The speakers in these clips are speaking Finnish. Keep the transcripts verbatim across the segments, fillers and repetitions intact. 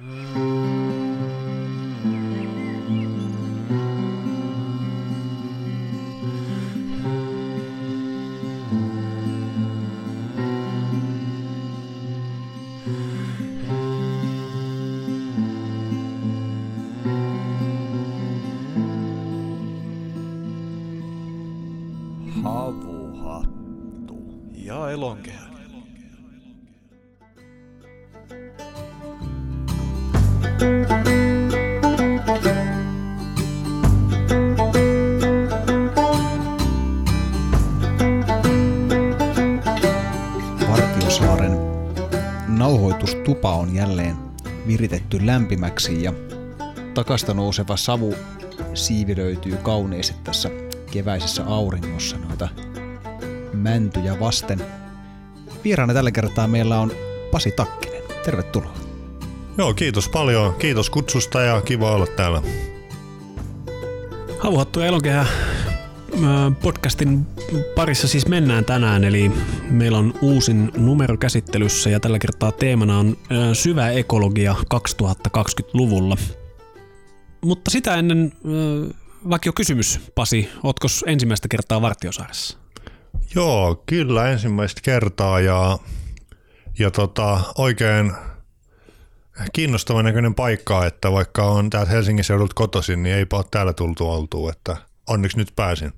Havuhattu ja Elonkehä. Vartiosaaren nauhoitustupa on jälleen viritetty lämpimäksi ja takasta nouseva savu siivilöityy kauneesti tässä keväisessä auringossa noita mäntyjä vasten. Vieraana tällä kertaa meillä on Pasi Takkinen. Tervetuloa. Joo, kiitos paljon. Kiitos kutsusta ja kiva olla täällä. Havuhattu ja Elonkehä podcastin parissa siis mennään tänään, eli meillä on uusin numero käsittelyssä ja tällä kertaa teemana on syvä ekologia kaksituhattakaksikymmentäluvulla. Mutta sitä ennen vakio kysymys, Pasi, ootko ensimmäistä kertaa Vartiosaaressa? Joo, kyllä ensimmäistä kertaa ja, ja tota, oikein kiinnostavan näköinen paikka, että vaikka on täältä Helsingin seudulta kotoisin, niin eipä ole täällä tultu oltua, että onneksi nyt pääsin.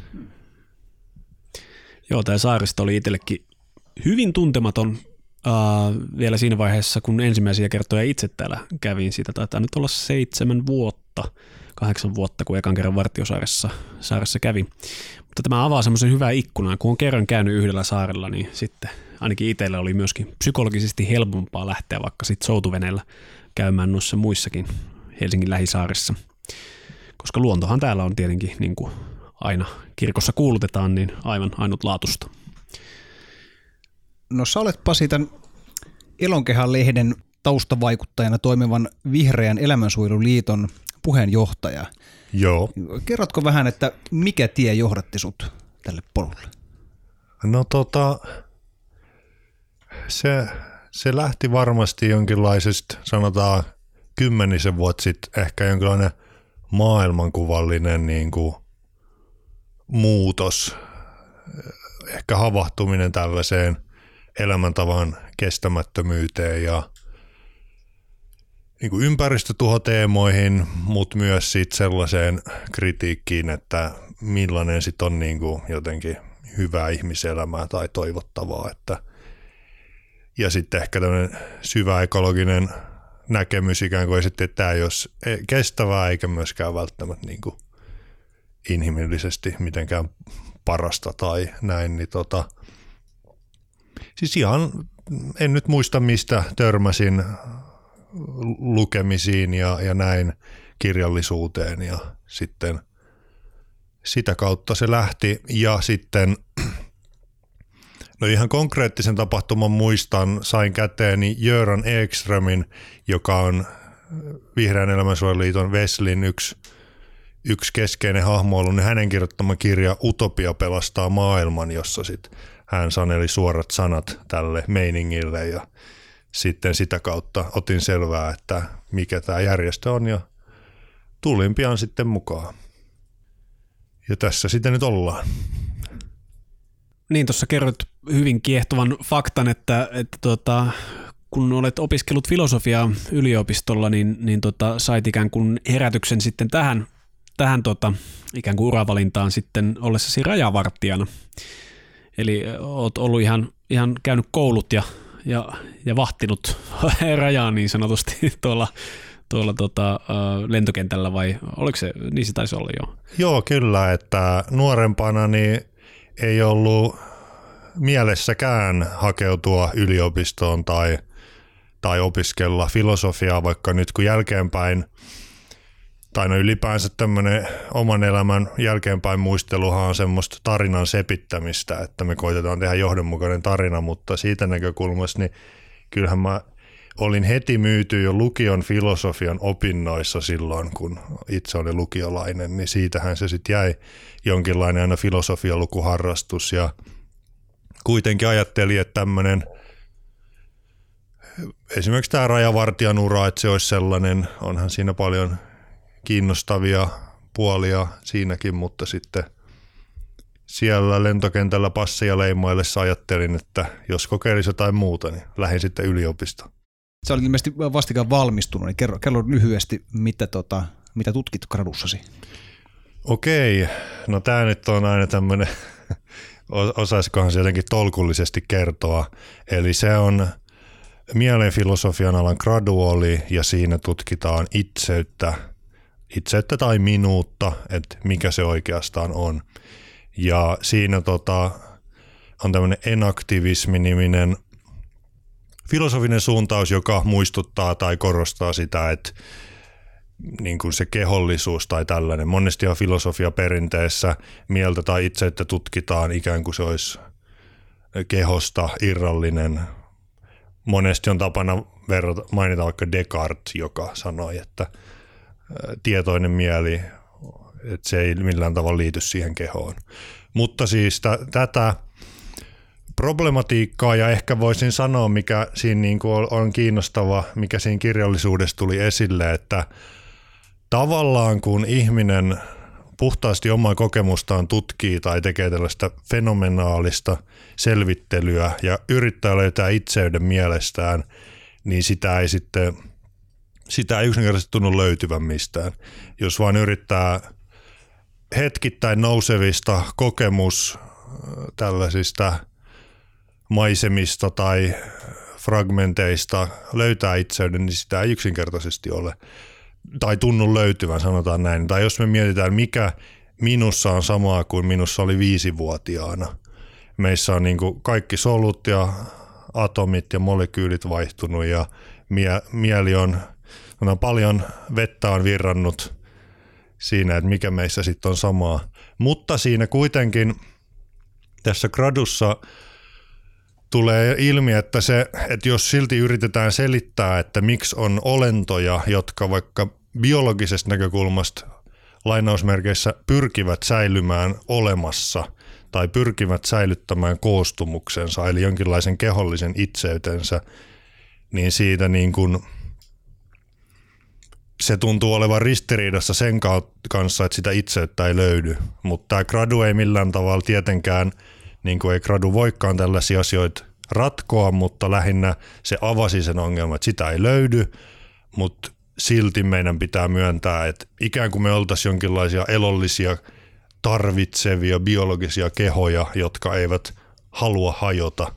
Joo, tämä saaristo oli itsellekin hyvin tuntematon äh, vielä siinä vaiheessa, kun ensimmäisiä kertoja itse täällä kävin. Siitä taitaa nyt olla seitsemän vuotta, kahdeksan vuotta, kun ekan kerran Vartiosaaressa saaressa kävin. Mutta tämä avaa semmoisen hyvää ikkunaa. Kun on kerran käynyt yhdellä saarella, niin sitten ainakin itsellä oli myöskin psykologisesti helpompaa lähteä vaikka sitten soutuveneellä käymään noissa muissakin Helsingin lähisaarissa. Koska luontohan täällä on tietenkin, niin kuin aina kirkossa kuulutetaan, niin aivan ainutlaatuista. No sä olet, Pasi, tämän Elonkehän-lehden taustavaikuttajana toimivan Vihreän elämänsuojeluliiton puheenjohtaja. Joo. Kerrotko vähän, että mikä tie johdatti sut tälle polulle? No tota, se, se lähti varmasti jonkinlaisesta, sanotaan kymmenisen vuotta sitten, ehkä jonkinlainen maailmankuvallinen niin kuin muutos, ehkä havahtuminen tällaiseen elämäntavan kestämättömyyteen ja niin kuin ympäristötuhoteemoihin, mutta myös sit sellaiseen kritiikkiin, että millainen sit on niin kuin jotenkin hyvää ihmiselämää tai toivottavaa. Että ja sitten ehkä tämmöinen syvä ekologinen näkemys ikään kuin sitten, että tämä ei ole kestävää eikä myöskään välttämättä niin kuin inhimillisesti mitenkään parasta tai näin. Niin tota, siis ihan en nyt muista mistä törmäsin lukemisiin ja, ja näin kirjallisuuteen ja sitten sitä kautta se lähti ja sitten no ihan konkreettisen tapahtuman muistan, sain käteeni Göran Ekströmin, joka on Vihreän elämänsuojeluliiton Veslin yksi, yksi keskeinen hahmo ollut, niin hänen kirjoittama kirja Utopia pelastaa maailman, jossa sitten hän saneli suorat sanat tälle meiningille ja sitten sitä kautta otin selvää, että mikä tämä järjestö on ja tulin pian sitten mukaan. Ja tässä sitten nyt ollaan. Niin, tuossa kerroit hyvin kiehtovan faktan, että, että tuota, kun olet opiskellut filosofiaa yliopistolla, niin, niin tota, sait ikään kuin herätyksen sitten tähän, tähän tota, ikään kuin uravalintaan sitten ollessasi rajavartijana. Eli olet ollut ihan, ihan käynyt koulut ja, ja, ja vahtinut rajaa niin sanotusti tuolla, tuolla tota, lentokentällä vai oliko se, niin se taisi olla jo? Joo, kyllä, että nuorempana niin ei ollut mielessäkään hakeutua yliopistoon tai, tai opiskella filosofiaa, vaikka nyt kun jälkeenpäin, tai no ylipäänsä tämmöinen oman elämän jälkeenpäin muisteluhan on semmoista tarinan sepittämistä, että me koitetaan tehdä johdonmukainen tarina, mutta siitä näkökulmasta niin kyllähän mä olin heti myyty jo lukion filosofian opinnoissa silloin, kun itse olin lukiolainen, niin siitähän se sitten jäi jonkinlainen aina filosofialukuharrastus ja kuitenkin ajattelin, että tämmöinen esimerkiksi tämä rajavartijan ura, että se olisi sellainen, onhan siinä paljon kiinnostavia puolia siinäkin, mutta sitten siellä lentokentällä passeja leimaillessa ajattelin, että jos kokeilisi jotain muuta, niin lähdin sitten yliopistoon. Sä olit ilmeisesti vastikään valmistunut, niin kerro, kerro lyhyesti, mitä, tota, mitä tutkit gradussasi. Okei, no tämä nyt on aina tämmöinen, osaisikohan se jotenkin tolkullisesti kertoa. Eli se on mielenfilosofian alan graduoli ja siinä tutkitaan itseyttä, itseyttä tai minuutta, että mikä se oikeastaan on. Ja siinä tota, on tämmöinen enaktivismi-niminen filosofinen suuntaus, joka muistuttaa tai korostaa sitä, että niin kuin se kehollisuus tai tällainen. Monesti on filosofia perinteessä mieltä tai itseyttä tutkitaan ikään kuin se olisi kehosta irrallinen. Monesti on tapana verrata, mainita vaikka Descartes, joka sanoi, että tietoinen mieli, että se ei millään tavalla liity siihen kehoon. Mutta siis t- tätä problematiikkaa ja ehkä voisin sanoa, mikä siinä niin kuin on kiinnostava, mikä siinä kirjallisuudessa tuli esille, että tavallaan kun ihminen puhtaasti omaa kokemustaan tutkii tai tekee tällaista fenomenaalista selvittelyä ja yrittää löytää itseyden mielestään, niin sitä ei sitten, sitä ei yksinkertaisesti tunnu löytyvän mistään. Jos vaan yrittää hetkittäin nousevista kokemus tällaisista maisemista tai fragmenteista löytää itseyden, niin sitä ei yksinkertaisesti ole. Tai tunnu löytyvän, sanotaan näin. Tai jos me mietitään, mikä minussa on samaa kuin minussa oli viisivuotiaana. Meissä on niin kuin kaikki solut ja atomit ja molekyylit vaihtunut ja mie- mieli on, on paljon vettä on virrannut siinä, että mikä meissä sitten on samaa. Mutta siinä kuitenkin tässä gradussa tulee ilmi, että, se, että jos silti yritetään selittää, että miksi on olentoja, jotka vaikka biologisesta näkökulmasta lainausmerkeissä pyrkivät säilymään olemassa tai pyrkivät säilyttämään koostumuksensa, eli jonkinlaisen kehollisen itseytensä, niin siitä niin kuin se tuntuu olevan ristiriidassa sen kanssa, että sitä itseyttä ei löydy. Mutta tämä gradu ei millään tavalla tietenkään, niin kuin ei gradu voikaan tällaisia asioita ratkoa, mutta lähinnä se avasi sen ongelman, että sitä ei löydy, mutta silti meidän pitää myöntää, että ikään kuin me oltaisiin jonkinlaisia elollisia, tarvitsevia biologisia kehoja, jotka eivät halua hajota.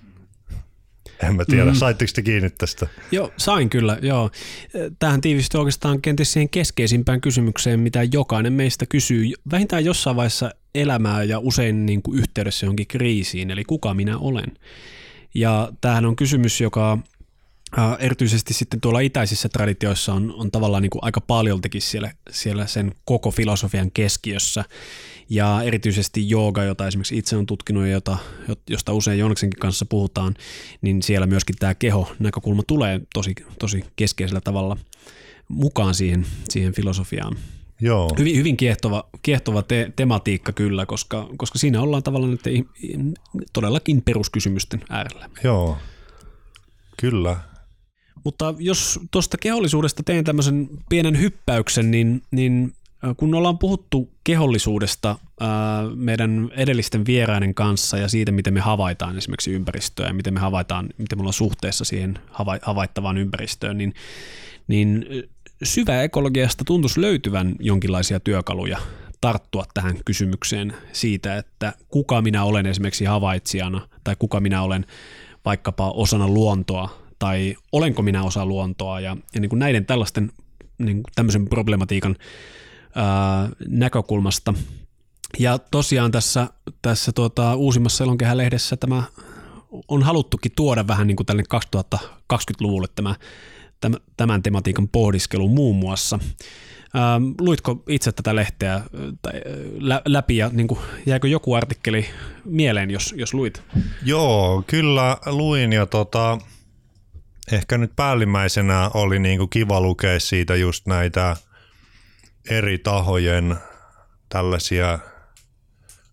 En mä tiedä, mm. saitteko te kiinni tästä? Joo, sain kyllä, joo. Tämähän tiivistyy oikeastaan kenties siihen keskeisimpään kysymykseen, mitä jokainen meistä kysyy vähintään jossain vaiheessa elämää ja usein niin kuin yhteydessä johonkin kriisiin, eli kuka minä olen. Ja tämähän on kysymys, joka ää, erityisesti sitten tuolla itäisissä traditioissa on, on tavallaan niin kuin aika paljoltikin siellä, siellä sen koko filosofian keskiössä. Ja erityisesti jooga, jota esimerkiksi itse on tutkinut ja jota, josta usein Joonaksenkin kanssa puhutaan, niin siellä myöskin tämä keho-näkökulma tulee tosi, tosi keskeisellä tavalla mukaan siihen, siihen filosofiaan. Joo. Hyvin, hyvin kiehtova, kiehtova te, tematiikka kyllä, koska, koska siinä ollaan tavallaan nyt todellakin peruskysymysten äärellä. Joo, kyllä. Mutta jos tuosta kehollisuudesta teen tämmöisen pienen hyppäyksen, niin, niin kun ollaan puhuttu kehollisuudesta ää, meidän edellisten vieraiden kanssa ja siitä, miten me havaitaan esimerkiksi ympäristöä ja miten me havaitaan, miten me ollaan suhteessa siihen hava, havaittavaan ympäristöön, niin, niin syväekologiasta tuntuisi löytyvän jonkinlaisia työkaluja tarttua tähän kysymykseen siitä, että kuka minä olen esimerkiksi havaitsijana tai kuka minä olen vaikkapa osana luontoa tai olenko minä osa luontoa ja, ja niin kuin näiden tällaisten niin kuin tämmöisen problematiikan ää, näkökulmasta. Ja tosiaan tässä, tässä tuota, uusimmassa Selonkehän-lehdessä tämä on haluttukin tuoda vähän niin kuin tälle kaksituhattakaksikymmentäluvulle tämä tämän tematiikan pohdiskelu muun muassa. Ähm, luitko itse tätä lehteä tai, lä- läpi ja niin kuin, jäikö joku artikkeli mieleen, jos, jos luit? Joo, kyllä luin ja tota, ehkä nyt päällimmäisenä oli niin kuin kiva lukea siitä just näitä eri tahojen tällaisia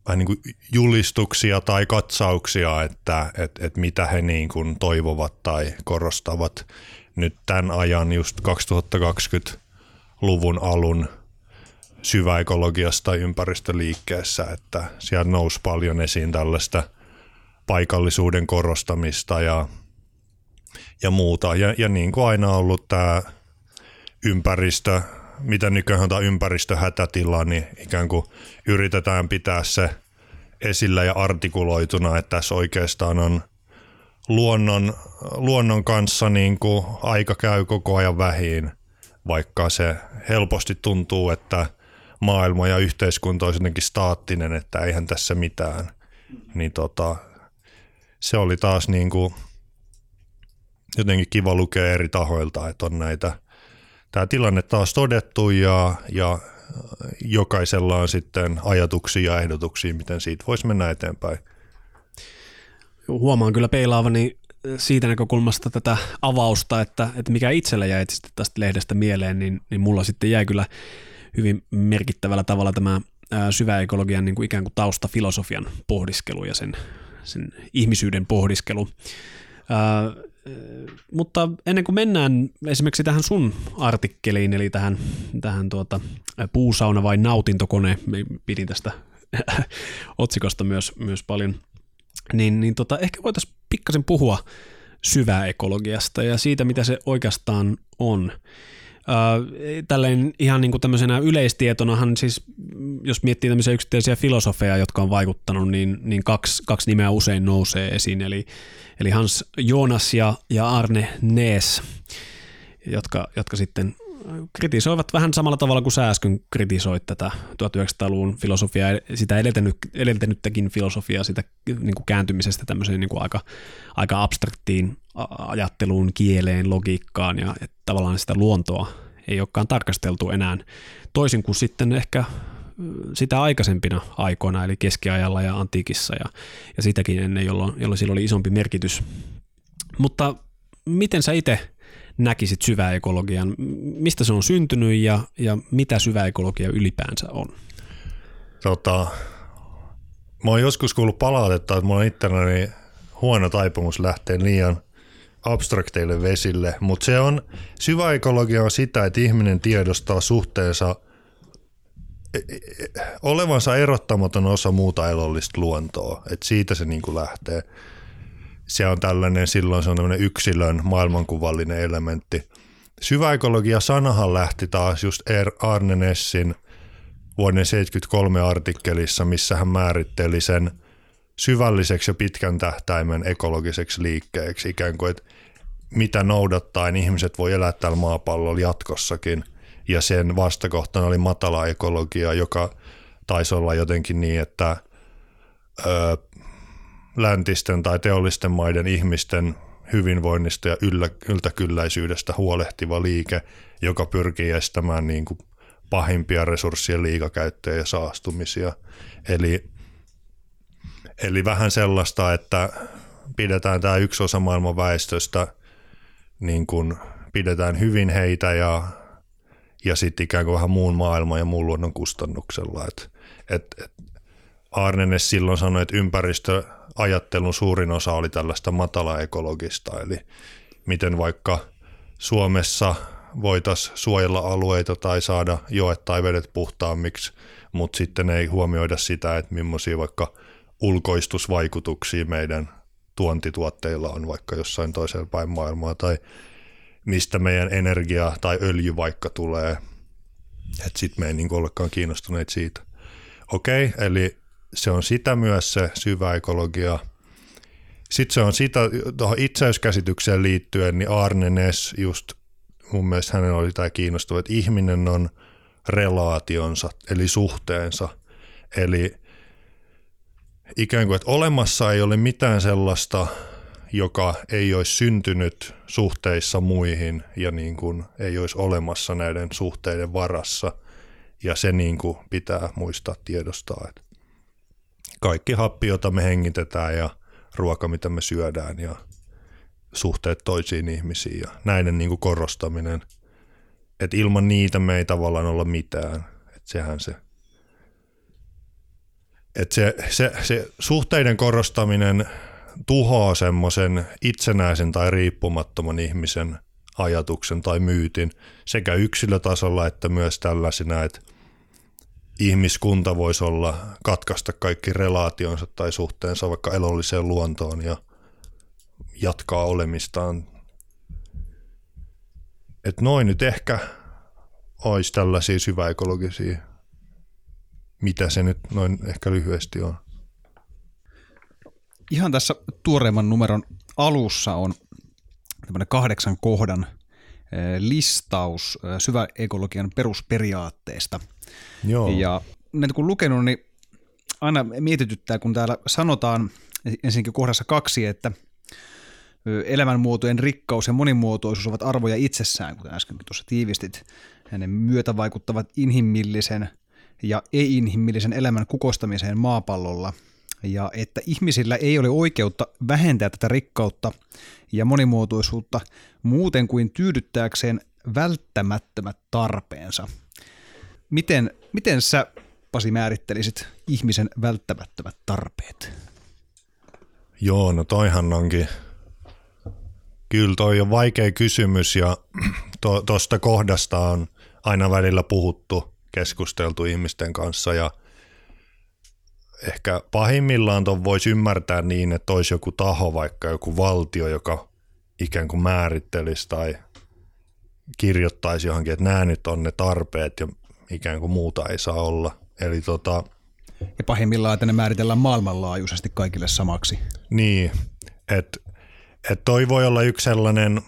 vähän niin kuin julistuksia tai katsauksia, että et, et mitä he niin kuin toivovat tai korostavat nyt tämän ajan just kaksituhattakaksikymmentäluvun alun syväekologiasta tai ympäristöliikkeessä, että siellä nousi paljon esiin tällaista paikallisuuden korostamista ja, ja muuta. Ja, ja niin kuin aina ollut tämä ympäristö, mitä nykyään on ympäristöhätätila, niin ikään kuin yritetään pitää se esillä ja artikuloituna, että tässä oikeastaan on luonnon, luonnon kanssa niin kuin aika käy koko ajan vähiin, vaikka se helposti tuntuu, että maailma ja yhteiskunta olisi jotenkin staattinen, että eihän tässä mitään. Niin tota, se oli taas niin kuin jotenkin kiva lukea eri tahoilta, että on näitä, tämä tilanne taas todettu ja, ja jokaisella on sitten ajatuksia ja ehdotuksia, miten siitä voisi mennä eteenpäin. Huomaan kyllä peilaavani siitä näkökulmasta tätä avausta, että, että mikä itsellä jäi tästä lehdestä mieleen, niin, niin mulla sitten jäi kyllä hyvin merkittävällä tavalla tämä syväekologian niin kuin ikään kuin taustafilosofian pohdiskelu ja sen, sen ihmisyyden pohdiskelu. Ää, mutta ennen kuin mennään esimerkiksi tähän sun artikkeliin, eli tähän, tähän tuota, puusauna vai nautintokone, pidin tästä otsikosta myös, myös paljon, niin, niin tota, ehkä voitaisiin pikkasen puhua syväekologiasta ja siitä, mitä se oikeastaan on. Äh, tälleen ihan niin kuin tämmöisenä yleistietonahan siis, jos miettii tämmöisiä yksittäisiä filosofeja, jotka on vaikuttanut, niin, niin kaksi, kaksi nimeä usein nousee esiin, eli, eli Hans Jonas ja, ja Arne Naess, jotka, jotka sitten kritisoivat vähän samalla tavalla kuin sä äsken kritisoit tätä tuhatyhdeksänsataaluvun filosofiaa, sitä edeltänyt, edeltänyttäkin filosofiaa, sitä niin kuin kääntymisestä tämmöiseen niin kuin aika, aika abstraktiin ajatteluun, kieleen, logiikkaan ja että tavallaan sitä luontoa ei olekaan tarkasteltu enää toisin kuin sitten ehkä sitä aikaisempina aikoina, eli keskiajalla ja antiikissa ja, ja sitäkin ennen, jolloin, jolloin sillä oli isompi merkitys. Mutta miten sä itse näkisit syväekologian? Mistä se on syntynyt ja, ja mitä syväekologia ylipäänsä on? Tota, mä oon joskus kuullut palautetta, että mulla on itselläni huono taipumus lähteä liian abstrakteille vesille, mutta se on, syväekologia on sitä, että ihminen tiedostaa suhteensa olevansa erottamaton osa muuta elollista luontoa, että siitä se niin kuin lähtee. Se on tällainen, silloin se on tämmöinen yksilön maailmankuvallinen elementti. Syväekologia-sanahan lähti taas just Arne Naessin vuoden seitsemänkymmentäkolme artikkelissa, missä hän määritteli sen syvälliseksi ja pitkän tähtäimen ekologiseksi liikkeeksi, ikään kuin, että mitä noudattaen ihmiset voi elää tällä maapallolla jatkossakin. Ja sen vastakohtana oli matala ekologia, joka taisi olla jotenkin niin, että öö, läntisten tai teollisten maiden ihmisten hyvinvoinnista ja yllä, yltäkylläisyydestä huolehtiva liike, joka pyrkii estämään niin kuin pahimpia resurssien liikakäyttöjä ja saastumisia. Eli, eli vähän sellaista, että pidetään tämä yksi osa maailman väestöstä, niin kuin pidetään hyvin heitä ja, ja sitten ikään kuin vähän muun maailman ja muun luonnon kustannuksella. Et, et, et Arne Naess silloin sanoi, että ympäristöajattelun suurin osa oli tällaista matala-ekologista, eli miten vaikka Suomessa voitaisiin suojella alueita tai saada joet tai vedet puhtaammiksi, mutta sitten ei huomioida sitä, että millaisia vaikka ulkoistusvaikutuksia meidän tuontituotteilla on vaikka jossain toisella päin maailmaa tai mistä meidän energia tai öljy vaikka tulee, että sitten me ei niin olekaan kiinnostuneet siitä. Okei, eli se on sitä myös se syvä ekologia. Sitten se on sitä, tuohon itseyskäsitykseen liittyen, niin Arne Naess just, mun mielestä hänellä oli tämä kiinnostava, että ihminen on relaationsa, eli suhteensa. Eli ikään kuin, että olemassa ei ole mitään sellaista, joka ei olisi syntynyt suhteissa muihin ja niin kuin ei olisi olemassa näiden suhteiden varassa. Ja se niin kuin pitää muistaa tiedostaa, että kaikki happi, jota me hengitetään ja ruoka, mitä me syödään ja suhteet toisiin ihmisiin ja näiden niin kuin korostaminen, että ilman niitä me ei tavallaan olla mitään, että sehän se. että se, se, se suhteiden korostaminen tuhoaa semmoisen itsenäisen tai riippumattoman ihmisen ajatuksen tai myytin sekä yksilötasolla että myös tällaisina, että ihmiskunta voisi olla, katkaista kaikki relaationsa tai suhteensa vaikka elolliseen luontoon ja jatkaa olemistaan. Että noin nyt ehkä olisi tällaisia syväekologisia, mitä se nyt noin ehkä lyhyesti on. Ihan tässä tuoreimman numeron alussa on tämmöinen kahdeksan kohdan listaus syväekologian perusperiaatteista. Joo. Ja näitä kun lukenut, niin aina mietityttää, kun täällä sanotaan ensinnäkin kohdassa kaksi, että elämänmuotojen rikkaus ja monimuotoisuus ovat arvoja itsessään, kuten äskenkin tuossa tiivistit. Ja ne myötä vaikuttavat inhimillisen ja ei-inhimillisen elämän kukoistamiseen maapallolla. Ja että ihmisillä ei ole oikeutta vähentää tätä rikkautta ja monimuotoisuutta muuten kuin tyydyttääkseen välttämättömät tarpeensa. Miten, miten sä, Pasi, määrittelisit ihmisen välttämättömät tarpeet? Joo, no toihan onkin, kyllä toi on vaikea kysymys ja tuosta to, kohdasta on aina välillä puhuttu, keskusteltu ihmisten kanssa ja ehkä pahimmillaan ton voisi ymmärtää niin, että olisi joku taho, vaikka joku valtio, joka ikään kuin määrittelisi tai kirjoittaisi johonkin, että nämä nyt on ne tarpeet ja ikään kuin muuta ei saa olla. Eli tota, ja pahimmillaan, että ne määritellään maailmanlaajuisesti kaikille samaksi. Niin, että et toi voi olla yksi sellainen,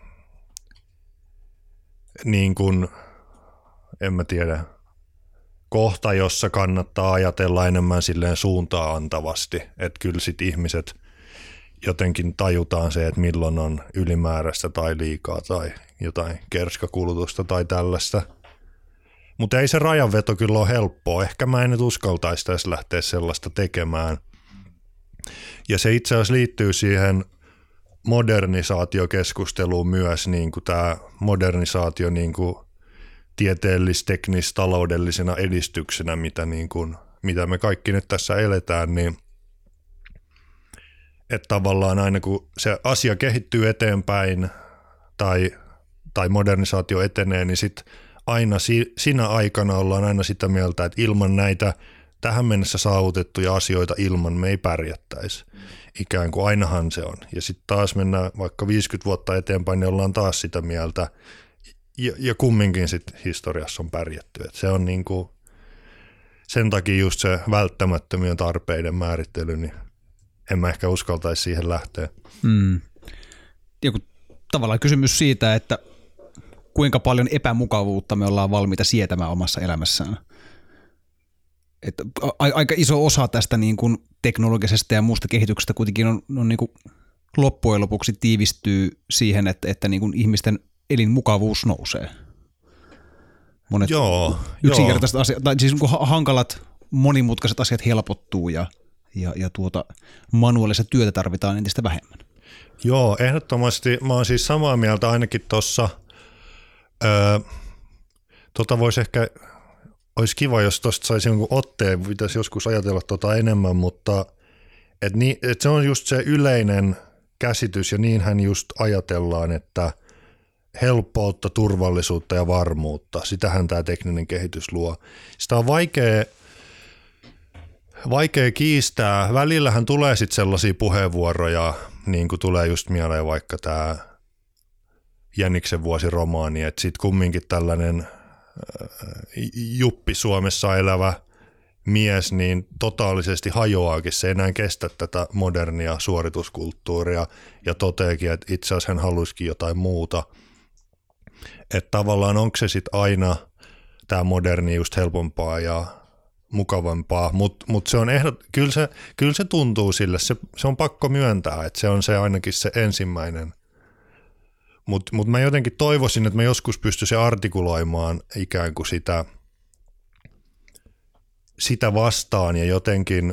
niin kuin, en mä tiedä, kohta, jossa kannattaa ajatella enemmän silleen suuntaa antavasti, että kyllä sit ihmiset jotenkin tajutaan se, että milloin on ylimääräistä tai liikaa tai jotain kerskakulutusta tai tällaista. Mutta ei se rajanveto kyllä ole helppoa. Ehkä mä en nyt uskaltaisi edes lähteä sellaista tekemään. Ja se itse asiassa liittyy siihen modernisaatiokeskusteluun myös, niin kuin tämä modernisaatio niin kuin tieteellis-teknis-taloudellisena edistyksenä, mitä, niin kuin, mitä me kaikki nyt tässä eletään, niin että tavallaan aina kun se asia kehittyy eteenpäin tai, tai modernisaatio etenee, niin sitten aina si, siinä aikana ollaan aina sitä mieltä, että ilman näitä tähän mennessä saavutettuja asioita ilman me ei pärjättäisi. Ikään kuin ainahan se on. Ja sitten taas mennään vaikka viisikymmentä vuotta eteenpäin, niin ollaan taas sitä mieltä, ja, ja kumminkin sitten historiassa on pärjätty. Et se on niinku, sen takia just se välttämättömien tarpeiden määrittely, niin en mä ehkä uskaltaisi siihen lähteä. Mm. Joku tavallaan kysymys siitä, että kuinka paljon epämukavuutta me ollaan valmiita sietämään omassa elämässään. Että aika iso osa tästä niin kuin teknologisesta ja muusta kehityksestä kuitenkin on, on niin kuin loppujen lopuksi tiivistyy siihen, että, että niin kuin ihmisten elinmukavuus nousee. Monet joo, yksinkertaiset joo. asiat, tai siis niin kuin hankalat, monimutkaiset asiat helpottuu ja, ja, ja tuota, manuaalista työtä tarvitaan entistä vähemmän. Joo, ehdottomasti. Mä oon siis samaa mieltä ainakin tuossa. Öö, tota voisi ehkä, olisi kiva, jos tuosta saisi jonkun otteen, pitäisi joskus ajatella tota enemmän, mutta et niin, et se on just se yleinen käsitys ja niinhän just ajatellaan, että helppoutta, turvallisuutta ja varmuutta, sitähän tämä tekninen kehitys luo. Sitä on vaikea, vaikea kiistää. Välillähän tulee sitten sellaisia puheenvuoroja, niin kuin tulee just mieleen vaikka tämä Jäniksen vuosiromaani, että sitten kumminkin tällainen juppi Suomessa elävä mies niin totaalisesti hajoaakin, se ei enää kestä tätä modernia suorituskulttuuria ja toteekin, että itse asiassa hän haluisikin jotain muuta. Että tavallaan onko se sitten aina tämä moderni just helpompaa ja mukavampaa, mutta mut se on ehdot, kyllä se, kyllä se tuntuu sille, se, se on pakko myöntää, että se on se ainakin se ensimmäinen. Mutta mut mä jotenkin toivoisin, että mä joskus pystyisin artikuloimaan ikään kuin sitä, sitä vastaan ja jotenkin,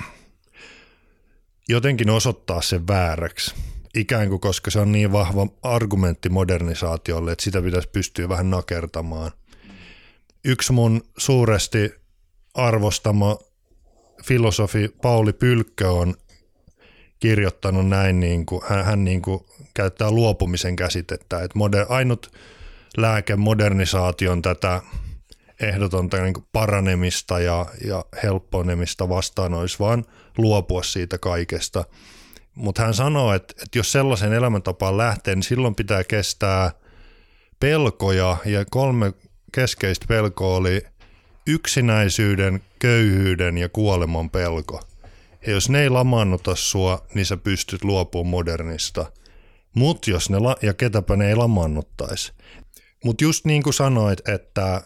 jotenkin osoittaa sen vääräksi. Ikään kuin, koska se on niin vahva argumentti modernisaatiolle, että sitä pitäisi pystyä vähän nakertamaan. Yksi mun suuresti arvostama filosofi Pauli Pylkkö on kirjoittanut näin, niin kuin, hän, hän niin kuin käyttää luopumisen käsitettä, että moder, ainut lääke modernisaation tätä ehdotonta niin kuin paranemista ja, ja helpponemista vastaan olisi vaan luopua siitä kaikesta. Mutta hän sanoo, että, että jos sellaisen elämäntapaan lähtee, niin silloin pitää kestää pelkoja, ja kolme keskeistä pelkoa oli yksinäisyyden, köyhyyden ja kuoleman pelko. Ja jos ne ei lamaannuta sua, niin sä pystyt luopumaan modernista. Mut jos ne, la- ja ketäpä ne ei lamaannuttaisi. Mutta just niin kuin sanoit, että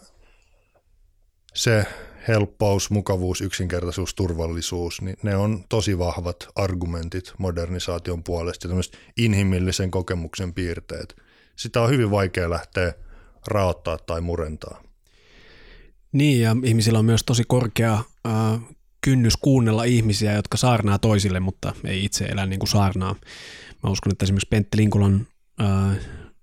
se helppous, mukavuus, yksinkertaisuus, turvallisuus, niin ne on tosi vahvat argumentit modernisaation puolesta ja tämmöiset inhimillisen kokemuksen piirteet. Sitä on hyvin vaikea lähteä raottaa tai murentaa. Niin, ja ihmisillä on myös tosi korkea äh, kynnys kuunnella ihmisiä, jotka saarnaa toisille, mutta ei itse elä niin kuin saarnaa. Mä uskon, että esimerkiksi Pentti Linkolan äh,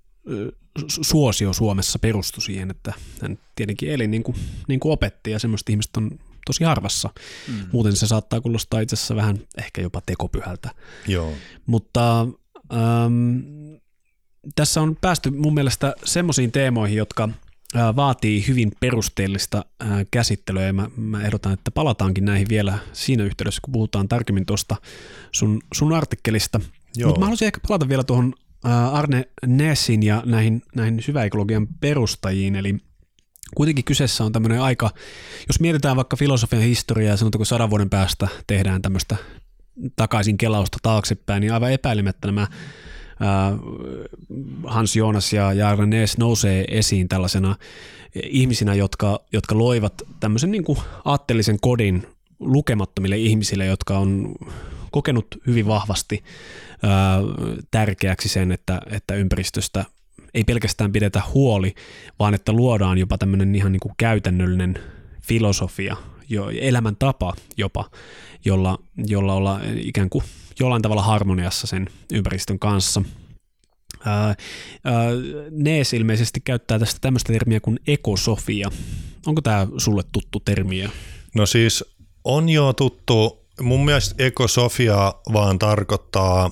suosio Suomessa perustui siihen, että hän tietenkin eli niin kuin, niin kuin opetti, ja semmoista ihmistä on tosi harvassa. Mm. Muuten se saattaa kuulostaa itse asiassa vähän ehkä jopa tekopyhältä. Joo. Mutta ähm, tässä on päästy mun mielestä semmoisiin teemoihin, jotka äh, vaatii hyvin perusteellista äh, käsittelyä, ja mä, mä ehdotan, että palataankin näihin vielä siinä yhteydessä, kun puhutaan tarkemmin tuosta sun, sun artikkelista. Mutta mä haluaisin ehkä palata vielä tuohon Arne Näsin ja näihin, näihin syväekologian perustajiin, eli kuitenkin kyseessä on tämmöinen aika, jos mietitään vaikka filosofian historiaa ja sanotaanko sadan vuoden päästä tehdään tämmöistä takaisin kelausta taaksepäin, niin aivan epäilemättä nämä ää, Hans Jonas ja Arne Näs nousee esiin tällaisena ihmisinä, jotka, jotka loivat tämmöisen niin kuin aatteellisen kodin lukemattomille ihmisille, jotka on kokenut hyvin vahvasti ää, tärkeäksi sen, että, että ympäristöstä ei pelkästään pidetä huoli, vaan että luodaan jopa tämmöinen ihan niin kuin käytännöllinen filosofia, jo, elämäntapa jopa, jolla, jolla olla ikään kuin jollain tavalla harmoniassa sen ympäristön kanssa. Ää, ää, Näs ilmeisesti käyttää tästä tämmöistä termiä kuin ekosofia. Onko tämä sulle tuttu termi? No siis on jo tuttu. Mun mielestä ekosofia vaan tarkoittaa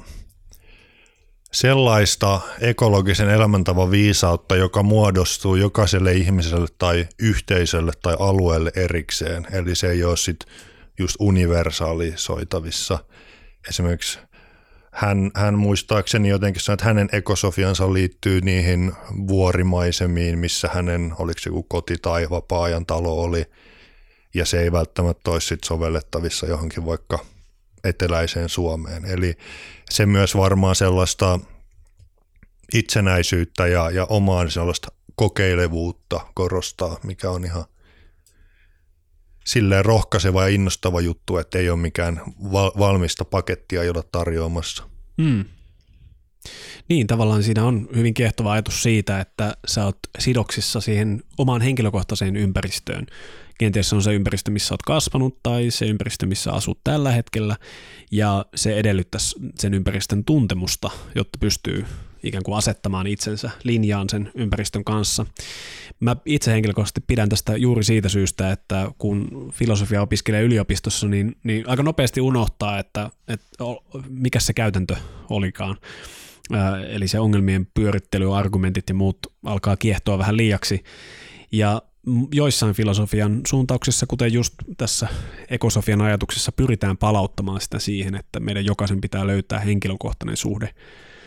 sellaista ekologisen elämäntavan viisautta, joka muodostuu jokaiselle ihmiselle tai yhteisölle tai alueelle erikseen. Eli se ei ole sit just universaalisoitavissa. Esimerkiksi hän, hän muistaakseni jotenkin sanoi, että hänen ekosofiansa liittyy niihin vuorimaisemiin, missä hänen, oliko se joku koti tai vapaa-ajan talo oli, ja se ei välttämättä olisi sit sovellettavissa johonkin vaikka eteläiseen Suomeen. Eli se myös varmaan sellaista itsenäisyyttä ja, ja omaan sellaista kokeilevuutta korostaa, mikä on ihan silleen rohkaiseva ja innostava juttu, että ei ole mikään val- valmista pakettia, jota tarjoamassa. Mm. Niin, tavallaan siinä on hyvin kiehtova ajatus siitä, että sä oot sidoksissa siihen omaan henkilökohtaiseen ympäristöön. Kenties se on se ympäristö, missä olet kasvanut, tai se ympäristö, missä asut tällä hetkellä, ja se edellyttäisi sen ympäristön tuntemusta, jotta pystyy ikään kuin asettamaan itsensä linjaan sen ympäristön kanssa. Mä itse henkilökohtaisesti pidän tästä juuri siitä syystä, että kun filosofia opiskelee yliopistossa, niin, niin aika nopeasti unohtaa, että, että mikä se käytäntö olikaan. Ää, eli se ongelmien pyörittely, argumentit ja muut alkaa kiehtoa vähän liiaksi, ja joissain filosofian suuntauksissa, kuten just tässä ekosofian ajatuksessa, pyritään palauttamaan sitä siihen, että meidän jokaisen pitää löytää henkilökohtainen suhde ö,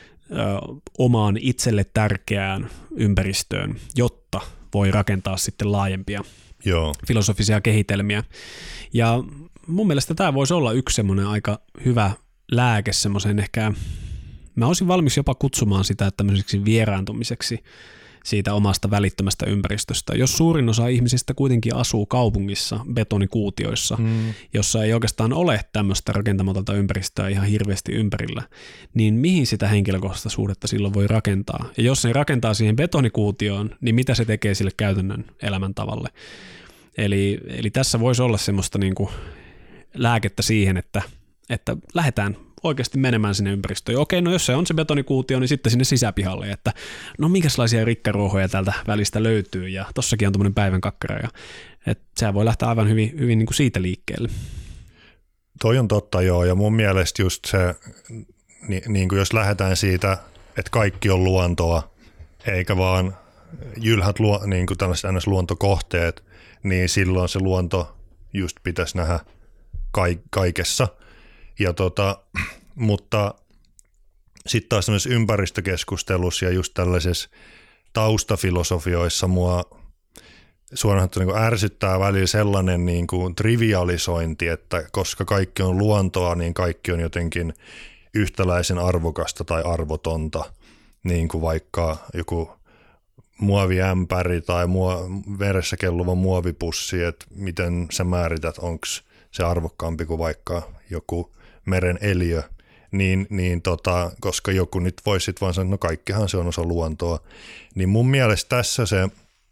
omaan itselle tärkeään ympäristöön, jotta voi rakentaa sitten laajempia Joo. filosofisia kehitelmiä. Ja mun mielestä tämä voisi olla yksi semmoinen aika hyvä lääke semmoisen ehkä, mä olisin valmis jopa kutsumaan sitä tämmöiseksi vieraantumiseksi siitä omasta välittömästä ympäristöstä. Jos suurin osa ihmisistä kuitenkin asuu kaupungissa, betonikuutioissa, mm. jossa ei oikeastaan ole tämmöistä rakentamatonta ympäristöä ihan hirveästi ympärillä, niin mihin sitä henkilökohtaista suhdetta silloin voi rakentaa? Ja jos se rakentaa siihen betonikuutioon, niin mitä se tekee sille käytännön elämäntavalle? Eli, eli tässä voisi olla semmoista niin kuin lääkettä siihen, että, että lähdetään oikeasti menemään sinne ympäristöön. Okei, no jos se on se betonikuutio, niin sitten sinne sisäpihalle, että no minkälaisia rikkaruohoja täältä välistä löytyy, ja tossakin on tommoinen päivän kakkara, ja että sehän voi lähteä aivan hyvin, hyvin niin kuin siitä liikkeelle. Toi on totta, joo, ja mun mielestä just se, niin, niin kuin jos lähdetään siitä, että kaikki on luontoa, eikä vaan jylhät luo, niin kuin tällaiset ns. Luontokohteet, niin silloin se luonto just pitäisi nähdä kaikessa. Ja tota, mutta sitten taas tämmöisessä ympäristökeskustelussa ja just tällaisessa taustafilosofioissa mua suoraan niin ärsyttää välillä sellainen niin kuin trivialisointi, että koska kaikki on luontoa, niin kaikki on jotenkin yhtäläisen arvokasta tai arvotonta, niin kuin vaikka joku muoviämpäri tai muo, veressä kelluva muovipussi, että miten sä määrität, onko se arvokkaampi kuin vaikka joku meren eliö, niin, niin tota, koska joku nyt voisi sitten vaan sanoa, että no kaikkihan se on osa luontoa, niin mun mielestä tässä se,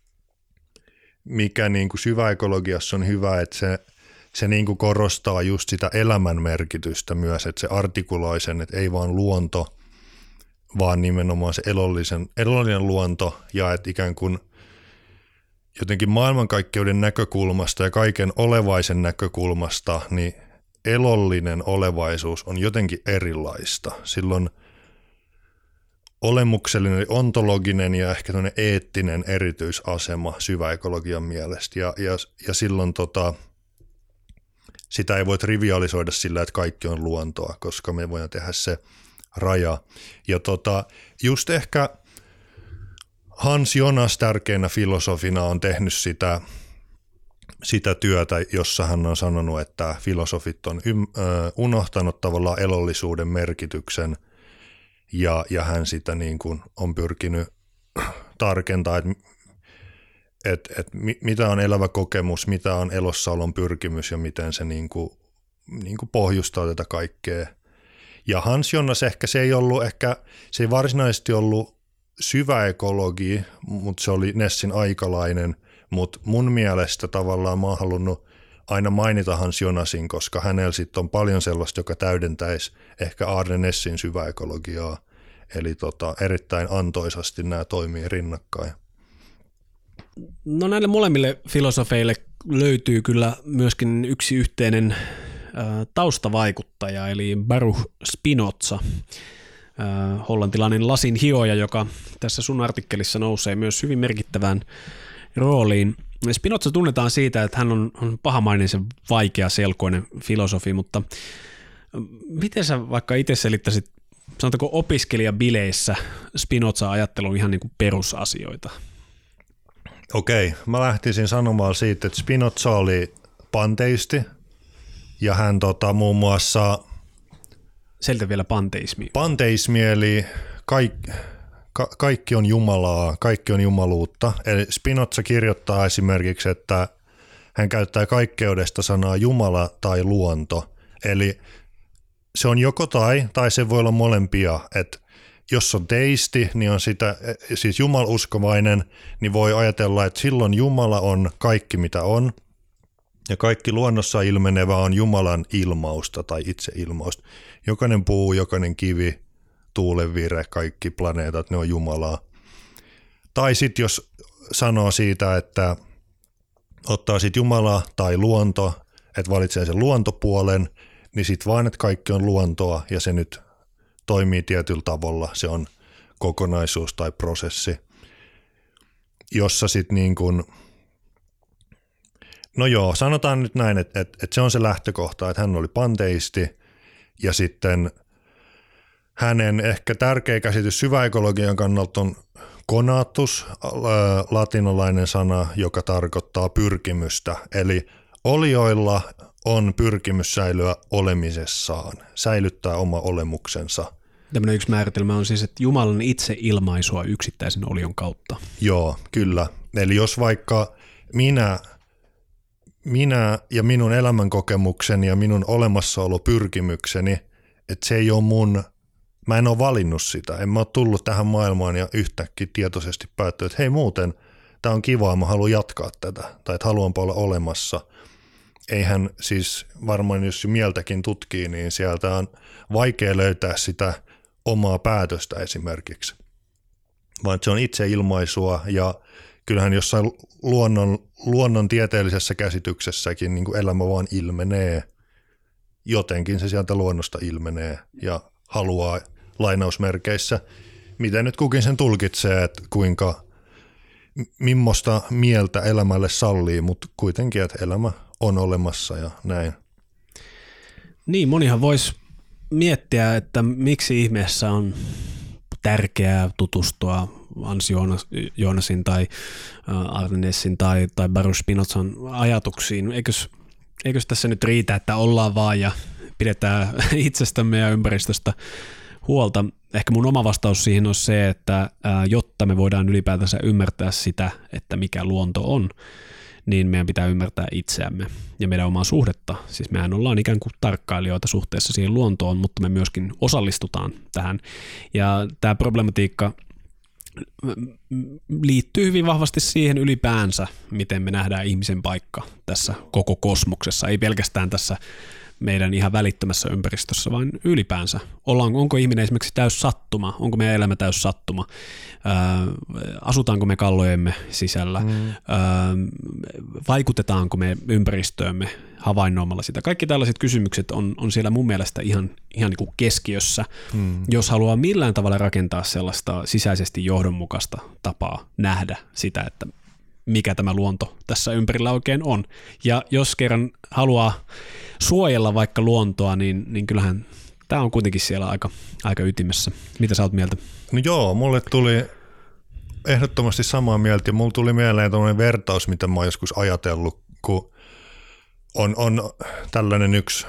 mikä niin kuin syväekologiassa on hyvä, että se, se niin kuin korostaa just sitä elämän merkitystä myös, että se artikuloi sen, että ei vaan luonto, vaan nimenomaan se elollisen, elollinen luonto ja että ikään kuin jotenkin maailmankaikkeuden näkökulmasta ja kaiken olevaisen näkökulmasta, niin elollinen olevaisuus on jotenkin erilaista. Silloin olemuksellinen, eli ontologinen ja ehkä tämmöinen eettinen erityisasema syväekologian mielestä. Ja, ja, ja silloin tota, sitä ei voi trivialisoida sillä, että kaikki on luontoa, koska me voidaan tehdä se raja. Ja tota, just ehkä Hans Jonas tärkeänä filosofina on tehnyt sitä, sitä työtä, jossa hän on sanonut, että filosofit on ym, äh, unohtanut tavallaan elollisuuden merkityksen ja, ja hän sitä niin kuin on pyrkinyt tarkentaa, että et, et mitä on elävä kokemus, mitä on elossaolon pyrkimys ja miten se niin kuin, niin kuin pohjustaa tätä kaikkea. Ja Hans Jonas ehkä se ei ollut, ehkä se ei varsinaisesti ollut syvä ekologi, mutta se oli Nessin aikalainen, mutta mun mielestä tavallaan mä oon halunnut aina mainita Hans Jonasin, koska hänellä sitten on paljon sellaista, joka täydentäisi ehkä Arne Nessin syvä ekologiaa. Eli tota, erittäin antoisasti nämä toimii rinnakkain. No näille molemmille filosofeille löytyy kyllä myöskin yksi yhteinen taustavaikuttaja, eli Baruch Spinoza, hollantilainen lasin hioja, joka tässä sun artikkelissa nousee myös hyvin merkittävään rooliin. Spinoza tunnetaan siitä, että hän on, on pahamainen ja vaikeaselkoinen filosofi, mutta miten sä vaikka itse selittäisit, sanotaanko opiskelijabileissä Spinoza-ajattelun ihan niin kuin perusasioita? Okei, mä lähtisin sanomaan siitä, että Spinoza oli panteisti, ja hän tota, muun muassa... Selitä vielä panteismi. Panteismi, eli kaik, ka, kaikki on Jumalaa, kaikki on jumaluutta. Eli Spinoza kirjoittaa esimerkiksi, että hän käyttää kaikkeudesta sanaa Jumala tai luonto. Eli se on joko tai, tai se voi olla molempia. Että jos on teisti, niin on sitä, siis jumaluskovainen, niin voi ajatella, että silloin Jumala on kaikki mitä on. Ja kaikki luonnossa ilmenevä on Jumalan ilmausta tai itseilmausta. Jokainen puu, jokainen kivi, tuulenvire, kaikki planeetat, ne on Jumalaa. Tai sitten jos sanoo siitä, että ottaa sitten Jumala tai luonto, että valitsee sen luontopuolen, niin sitten vaan, että kaikki on luontoa ja se nyt toimii tietyllä tavalla. Se on kokonaisuus tai prosessi, jossa sitten niin kuin... No joo, sanotaan nyt näin, että, että, että se on se lähtökohta, että hän oli panteisti ja sitten hänen ehkä tärkeä käsitys syväekologian kannalta on conatus, latinalainen sana, joka tarkoittaa pyrkimystä. Eli olioilla on pyrkimys säilyä olemisessaan, säilyttää oma olemuksensa. Tämmöinen yksi määritelmä on siis, että Jumalan itse ilmaisua yksittäisen olion kautta. Joo, kyllä. Eli jos vaikka minä... Minä ja minun elämänkokemukseni ja minun olemassaolopyrkimykseni, että se ei ole mun, mä en ole valinnut sitä. En mä ole tullut tähän maailmaan ja yhtäkkiä tietoisesti päättänyt, että hei muuten, tämä on kivaa, mä haluan jatkaa tätä. Tai että haluanpa olla olemassa. Eihän siis varmaan, jos mieltäkin tutkii, niin sieltä on vaikea löytää sitä omaa päätöstä esimerkiksi. Vaan se on itseilmaisua ja kyllähän jossain luonnon, luonnon tieteellisessä käsityksessäkin niin kuin elämä vaan ilmenee jotenkin se sieltä luonnosta ilmenee ja haluaa lainausmerkeissä, miten nyt kukin sen tulkitsee, että kuinka, millaista mieltä elämälle sallii, mutta kuitenkin, että elämä on olemassa ja näin. Niin, monihan voisi miettiä, että miksi ihmeessä on tärkeää tutustua Hans Jonasin tai Arnessin tai, tai Baruch Spinozan ajatuksiin. Eikös, eikös tässä nyt riitä, että ollaan vaan ja pidetään itsestämme ja ympäristöstä huolta? Ehkä mun oma vastaus siihen on se, että jotta me voidaan ylipäätänsä ymmärtää sitä, että mikä luonto on, niin meidän pitää ymmärtää itseämme ja meidän omaa suhdetta. Siis mehän ollaan ikään kuin tarkkailijoita suhteessa siihen luontoon, mutta me myöskin osallistutaan tähän. Ja tämä problematiikka liittyy hyvin vahvasti siihen ylipäänsä, miten me nähdään ihmisen paikka tässä koko kosmoksessa, ei pelkästään tässä meidän ihan välittömässä ympäristössä, vaan ylipäänsä. Ollaan, onko ihminen esimerkiksi täys sattuma? Onko meidän elämä täys sattuma? Ää, asutaanko me kallojemme sisällä? Mm. Ää, vaikutetaanko me ympäristöömme havainnoimalla sitä? Kaikki tällaiset kysymykset on, on siellä mun mielestä ihan, ihan niin kuin keskiössä, mm. jos haluaa millään tavalla rakentaa sellaista sisäisesti johdonmukaista tapaa nähdä sitä, että mikä tämä luonto tässä ympärillä oikein on. Ja jos kerran haluaa suojella vaikka luontoa, niin, niin kyllähän tämä on kuitenkin siellä aika, aika ytimessä. Mitä sä oot mieltä? No joo, mulle tuli ehdottomasti samaa mieltä ja mulle tuli mieleen tämmöinen vertaus, mitä mä oon joskus ajatellut, kun on, on tällainen yksi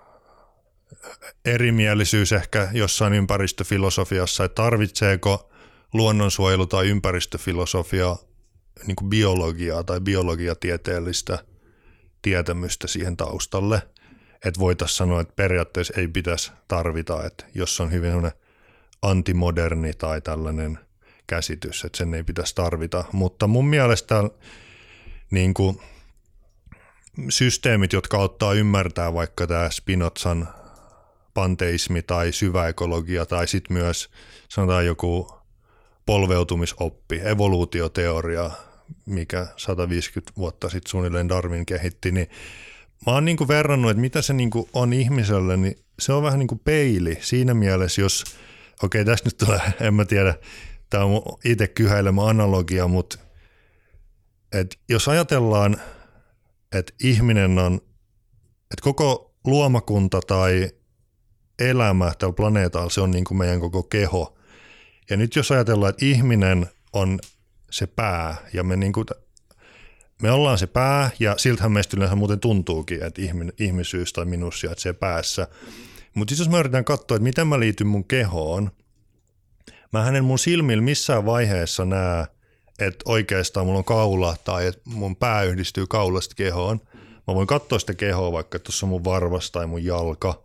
erimielisyys ehkä jossain ympäristöfilosofiassa, että tarvitseeko luonnonsuojelu tai ympäristöfilosofia niin kuin biologiaa tai biologiatieteellistä tietämystä siihen taustalle, että voitaisiin sanoa, että periaatteessa ei pitäisi tarvita, että jos on hyvin antimoderni tai tällainen käsitys, että sen ei pitäisi tarvita, mutta mun mielestä niin kuin systeemit, jotka auttaa ymmärtää vaikka tämä Spinozan panteismi tai syväekologia tai sitten myös sanotaan joku polveutumisoppi, evoluutioteoria, mikä sata viisikymmentä vuotta sitten suunnilleen Darwin kehitti, niin mä oon niinku verrannut, että mitä se niinku on ihmiselle, niin se on vähän niin kuin peili siinä mielessä, jos, okei okay, tässä nyt tulee, en mä tiedä, tämä on itse kyhäilemä analogia, mutta et jos ajatellaan, että ihminen on, että koko luomakunta tai elämä tällä planeetalla, se on niin kuin meidän koko keho. Ja nyt jos ajatellaan, että ihminen on se pää ja me, niin kuin, me ollaan se pää ja siltähän meistä yleensä muuten tuntuukin, että ihmin, ihmisyys tai minus sijaitsee päässä. Mutta jos mä yritän katsoa, että miten mä liityn mun kehoon, mä en mun silmillä missään vaiheessa näe, että oikeastaan mulla on kaula tai että mun pää yhdistyy kaulasta kehoon. Mä voin katsoa sitä kehoa vaikka tuossa mun varvas tai mun jalka,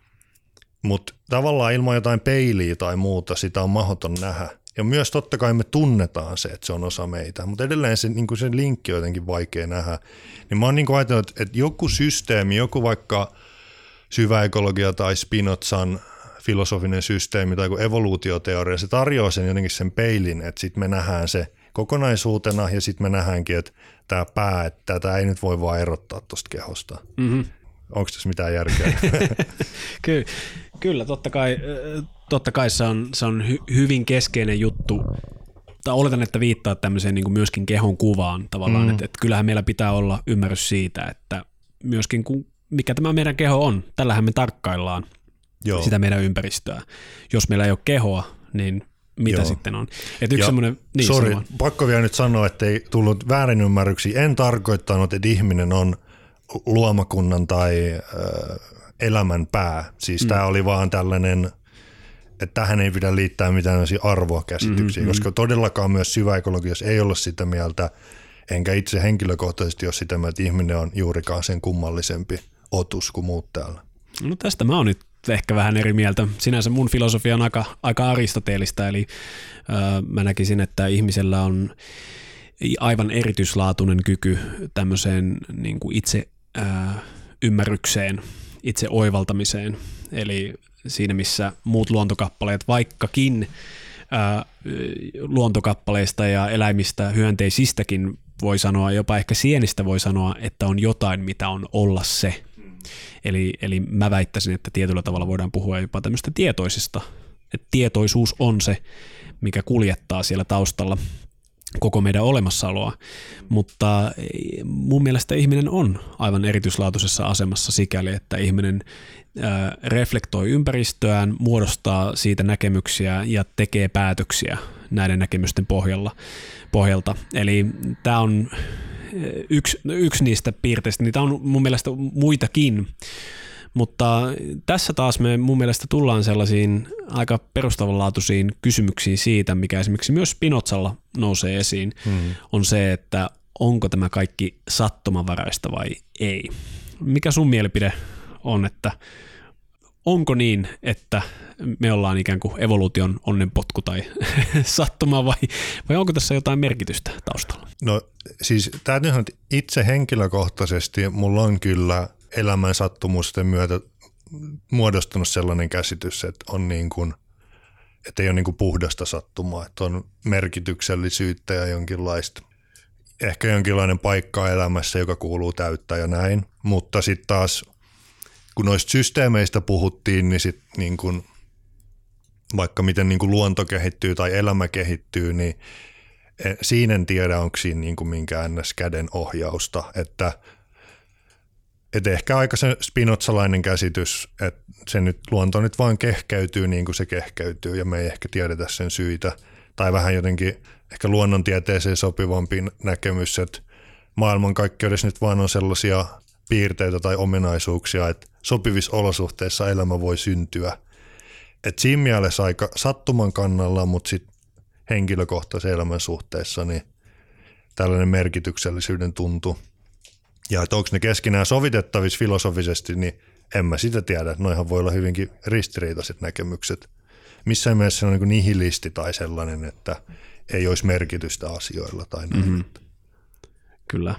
mutta tavallaan ilman jotain peiliä tai muuta sitä on mahdoton nähdä. Ja myös totta kai me tunnetaan se, että se on osa meitä, mutta edelleen se, niin se linkki on jotenkin vaikea nähdä. Niin mä oon niin ajatellut, että joku systeemi, joku vaikka syväekologia tai Spinozan filosofinen systeemi tai joku evoluutioteoria, se tarjoaa sen jotenkin sen peilin, että sitten me nähdään se kokonaisuutena ja sitten me nähdäänkin, että tämä pää, että tätä ei nyt voi vaan erottaa tuosta kehosta. Mm-hmm. Onko tässä mitään järkeä? Kyllä, kyllä, totta kai, totta kai se on, se on hy, hyvin keskeinen juttu. Tai oletan, että viittaa tämmöiseen niin kuin myöskin kehon kuvaan tavallaan, mm. että, että kyllähän meillä pitää olla ymmärrys siitä, että myöskin kun, mikä tämä meidän keho on, tällähän me tarkkaillaan Joo. sitä meidän ympäristöä. Jos meillä ei ole kehoa, niin mitä Joo. sitten on? Et yksi niin, Sori, pakko vielä nyt sanoa, että ei tullut väärinymmärryksiä. En tarkoittanut, että ihminen on luomakunnan tai äh, elämän pää. Siis mm. tämä oli vaan tällainen, että tähän ei pidä liittää mitään arvokäsityksiä, mm-hmm. koska todellakaan myös syväekologiassa ei olla sitä mieltä, enkä itse henkilökohtaisesti ole sitä mieltä, että ihminen on juurikaan sen kummallisempi otus kuin muut täällä. No tästä mä oon nyt ehkä vähän eri mieltä. Sinänsä mun filosofia on aika, aika aristoteellista, eli äh, mä näkisin, että ihmisellä on aivan erityislaatuinen kyky tämmöiseen niin kuin itse äh, ymmärrykseen, itse oivaltamiseen. Eli siinä, missä muut luontokappaleet, vaikkakin äh, luontokappaleista ja eläimistä, hyönteisistäkin voi sanoa, jopa ehkä sienistä voi sanoa, että on jotain, mitä on olla se. Eli, eli mä väittäisin, että tietyllä tavalla voidaan puhua jopa tämmöistä tietoisista, että tietoisuus on se, mikä kuljettaa siellä taustalla koko meidän olemassaoloa, mutta mun mielestä ihminen on aivan erityislaatuisessa asemassa sikäli, että ihminen ää, reflektoi ympäristöään, muodostaa siitä näkemyksiä ja tekee päätöksiä näiden näkemysten pohjalla, pohjalta. Eli tämä on yksi, yksi niistä piirteistä, niitä on mun mielestä muitakin, mutta tässä taas me mun mielestä tullaan sellaisiin aika perustavanlaatuisiin kysymyksiin siitä, mikä esimerkiksi myös Spinozalla nousee esiin, mm. on se, että onko tämä kaikki sattumanvaraista vai ei. Mikä sun mielipide on, että onko niin, että me ollaan ikään kuin evoluution onnenpotku tai sattuma vai, vai onko tässä jotain merkitystä taustalla? No siis täytyy sanoa, että itse henkilökohtaisesti mulla on kyllä elämän sattumusten myötä muodostunut sellainen käsitys, että on niin kuin, että ei ole niin kuin puhdasta sattumaa, että on merkityksellisyyttä ja jonkinlaista, ehkä jonkinlainen paikka elämässä, joka kuuluu täyttää ja näin, mutta sitten taas kun noista systeemeistä puhuttiin, niin sitten niin kuin, vaikka miten niin kuin luonto kehittyy tai elämä kehittyy, niin siinä en tiedä, onko siinä niin kuin minkään käden ohjausta, että Että ehkä aika se spinozalainen käsitys, että se nyt, luonto nyt vaan kehkeytyy niin kuin se kehkeytyy ja me ei ehkä tiedetä sen syitä. Tai vähän jotenkin ehkä luonnontieteeseen sopivampi näkemys, että maailmankaikkeudessa nyt vaan on sellaisia piirteitä tai ominaisuuksia, että sopivissa olosuhteissa elämä voi syntyä. Että siinä mielessä aika sattuman kannalla, mutta sitten henkilökohtaisen elämän suhteessa niin tällainen merkityksellisyyden tuntu. Ja että onko ne keskenään sovitettavissa filosofisesti, niin en mä sitä tiedä. Noihan voi olla hyvinkin ristiriitaiset näkemykset. Missään mielessä se on niin nihilisti tai sellainen, että ei olisi merkitystä asioilla tai näin. Mm-hmm. Kyllä.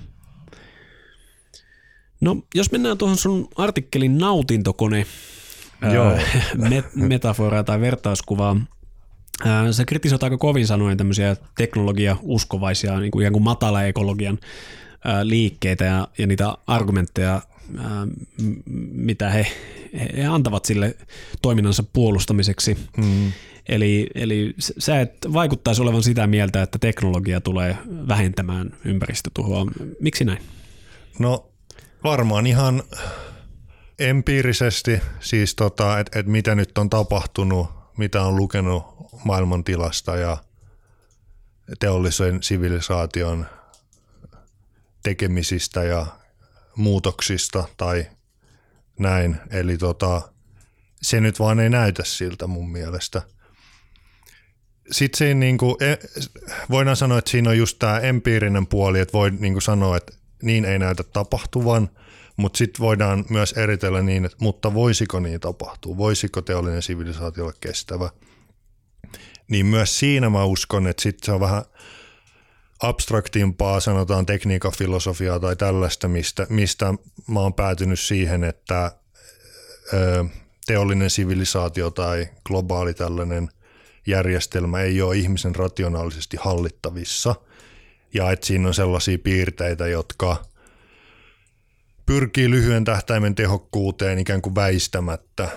No jos mennään tuohon sun artikkelin nautintokone ää, met- metaforaa tai vertauskuvaa. Ää, sä kritisoit aika kovin sanoen tämmöisiä teknologia-uskovaisia, niin kuin ikään kuin matala-ekologian liikkeitä ja, ja niitä argumentteja, ää, mitä he, he antavat sille toiminnansa puolustamiseksi. Mm. Eli, eli sä et vaikuttaisi olevan sitä mieltä, että teknologia tulee vähentämään ympäristötuhoa. Miksi näin? No varmaan ihan empiirisesti, siis tota, että et mitä nyt on tapahtunut, mitä on lukenut maailmantilasta ja teollisen sivilisaation tekemisistä ja muutoksista tai näin. Eli tota, se nyt vaan ei näytä siltä mun mielestä. Sitten siinä niinku, voidaan sanoa, että siinä on just tämä empiirinen puoli, että voi niinku sanoa, että niin ei näytä tapahtuvan, mutta sitten voidaan myös eritellä niin, että mutta voisiko niin tapahtua, voisiko teollinen sivilisaatio olla kestävä. Niin myös siinä mä uskon, että sitten se on vähän abstraktimpaa, sanotaan tekniikan filosofiaa tai tällaista, mistä, mistä mä oon päätynyt siihen, että ö, teollinen sivilisaatio tai globaali tällainen järjestelmä ei ole ihmisen rationaalisesti hallittavissa ja että siinä on sellaisia piirteitä, jotka pyrkii lyhyen tähtäimen tehokkuuteen ikään kuin väistämättä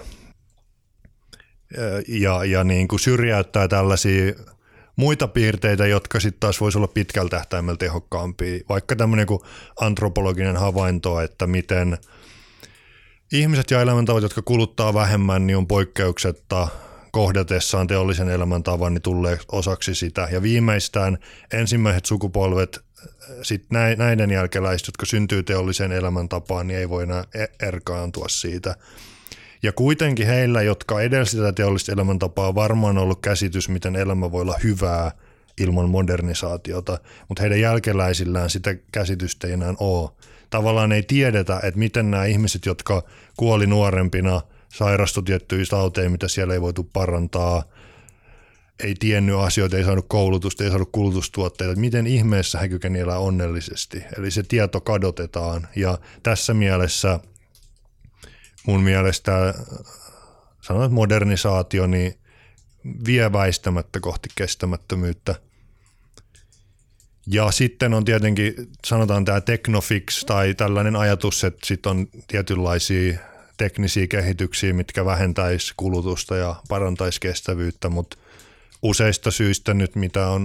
ja, ja niin kuin syrjäyttää tällaisia muita piirteitä, jotka sitten taas voisi olla pitkällä tähtäimellä tehokkaampia. Vaikka tämmöinen kuin antropologinen havainto, että miten ihmiset ja elämäntavat, jotka kuluttaa vähemmän, niin on poikkeuksetta kohdatessaan teollisen elämäntavan, niin tulee osaksi sitä. Ja viimeistään ensimmäiset sukupolvet, sit näiden jälkeläiset, jotka syntyy teolliseen elämäntapaan, niin ei voi enää erkaantua siitä. Ja kuitenkin heillä, jotka edelsi tätä teollista elämäntapaa, on varmaan ollut käsitys, miten elämä voi olla hyvää ilman modernisaatiota, mutta heidän jälkeläisillään sitä käsitystä ei enää ole. Tavallaan ei tiedetä, että miten nämä ihmiset, jotka kuoli nuorempina, sairastui tiettyjä tauteja, mitä siellä ei voitu parantaa, ei tiennyt asioita, ei saanut koulutusta, ei saanut kulutustuotteita, että miten ihmeessä he kykenivät elää onnellisesti. Eli se tieto kadotetaan ja tässä mielessä mun mielestä sanotaan, että modernisaatio niin vie väistämättä kohti kestämättömyyttä. Ja sitten on tietenkin, sanotaan tämä technofix tai tällainen ajatus, että sitten on tietynlaisia teknisiä kehityksiä, mitkä vähentäisi kulutusta ja parantaisi kestävyyttä, mutta useista syistä nyt, mitä on,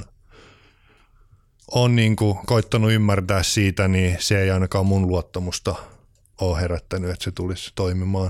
on niin kuin koittanut ymmärtää siitä, niin se ei ainakaan mun luottamusta ole herättänyt, että se tulisi toimimaan.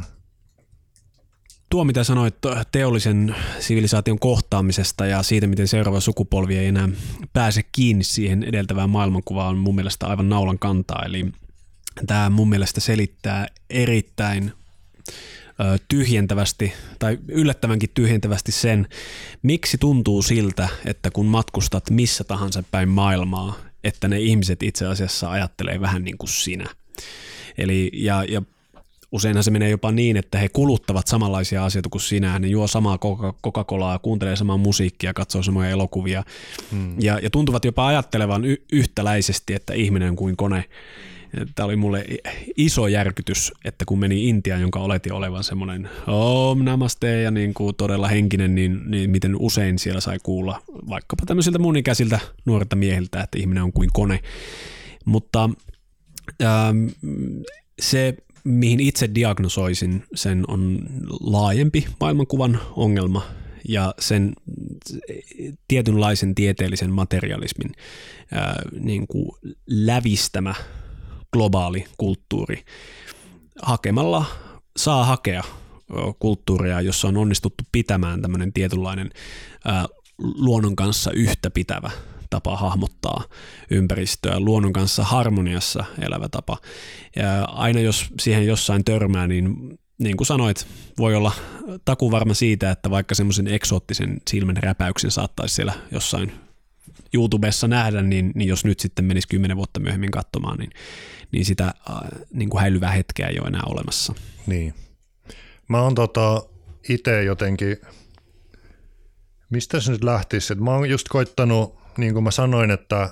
Tuo, mitä sanoit teollisen sivilisaation kohtaamisesta ja siitä, miten seuraava sukupolvi ei enää pääse kiinni siihen edeltävään maailmankuvaan, on mun mielestä aivan naulan kantaa. Eli tämä mun mielestä selittää erittäin tyhjentävästi tai yllättävänkin tyhjentävästi sen, miksi tuntuu siltä, että kun matkustat missä tahansa päin maailmaa, että ne ihmiset itse asiassa ajattelee vähän niin kuin sinä. Eli ja, ja useinhan se menee jopa niin, että he kuluttavat samanlaisia asioita kuin sinä, ne juo samaa Coca-Colaa, kuuntelee samaa musiikkia, katsoo samoja elokuvia hmm. ja, ja tuntuvat jopa ajattelevan y- yhtäläisesti, että ihminen on kuin kone. Tämä oli mulle iso järkytys, että kun meni Intiaan, jonka oletin olevan semmoinen om namaste ja niin kuin todella henkinen, niin, niin miten usein siellä sai kuulla vaikkapa tämmöisiltä mun ikäisiltä nuorilta miehiltä, että ihminen on kuin kone. Mutta ähm, se, mihin itse diagnosoisin, sen on laajempi maailmankuvan ongelma ja sen tietynlaisen tieteellisen materialismin äh, niin kuin lävistämä globaali kulttuuri. Hakemalla saa hakea kulttuuria, jossa on onnistuttu pitämään tämmöinen tietynlainen ää, luonnon kanssa yhtäpitävä tapa hahmottaa ympäristöä, luonnon kanssa harmoniassa elävä tapa. Ja aina jos siihen jossain törmää, niin niin kuin sanoit, voi olla takuvarma siitä, että vaikka semmoisen eksoottisen silmän räpäyksen saattaisi siellä jossain YouTubessa nähdä, niin, niin jos nyt sitten menisi kymmenen vuotta myöhemmin katsomaan, niin, niin sitä äh, niin kuin häilyvää hetkeä ei ole enää olemassa. Niin. Mä oon tota itse jotenkin, mistä se nyt lähtisi, että mä oon just koittanut, niin kuin mä sanoin, että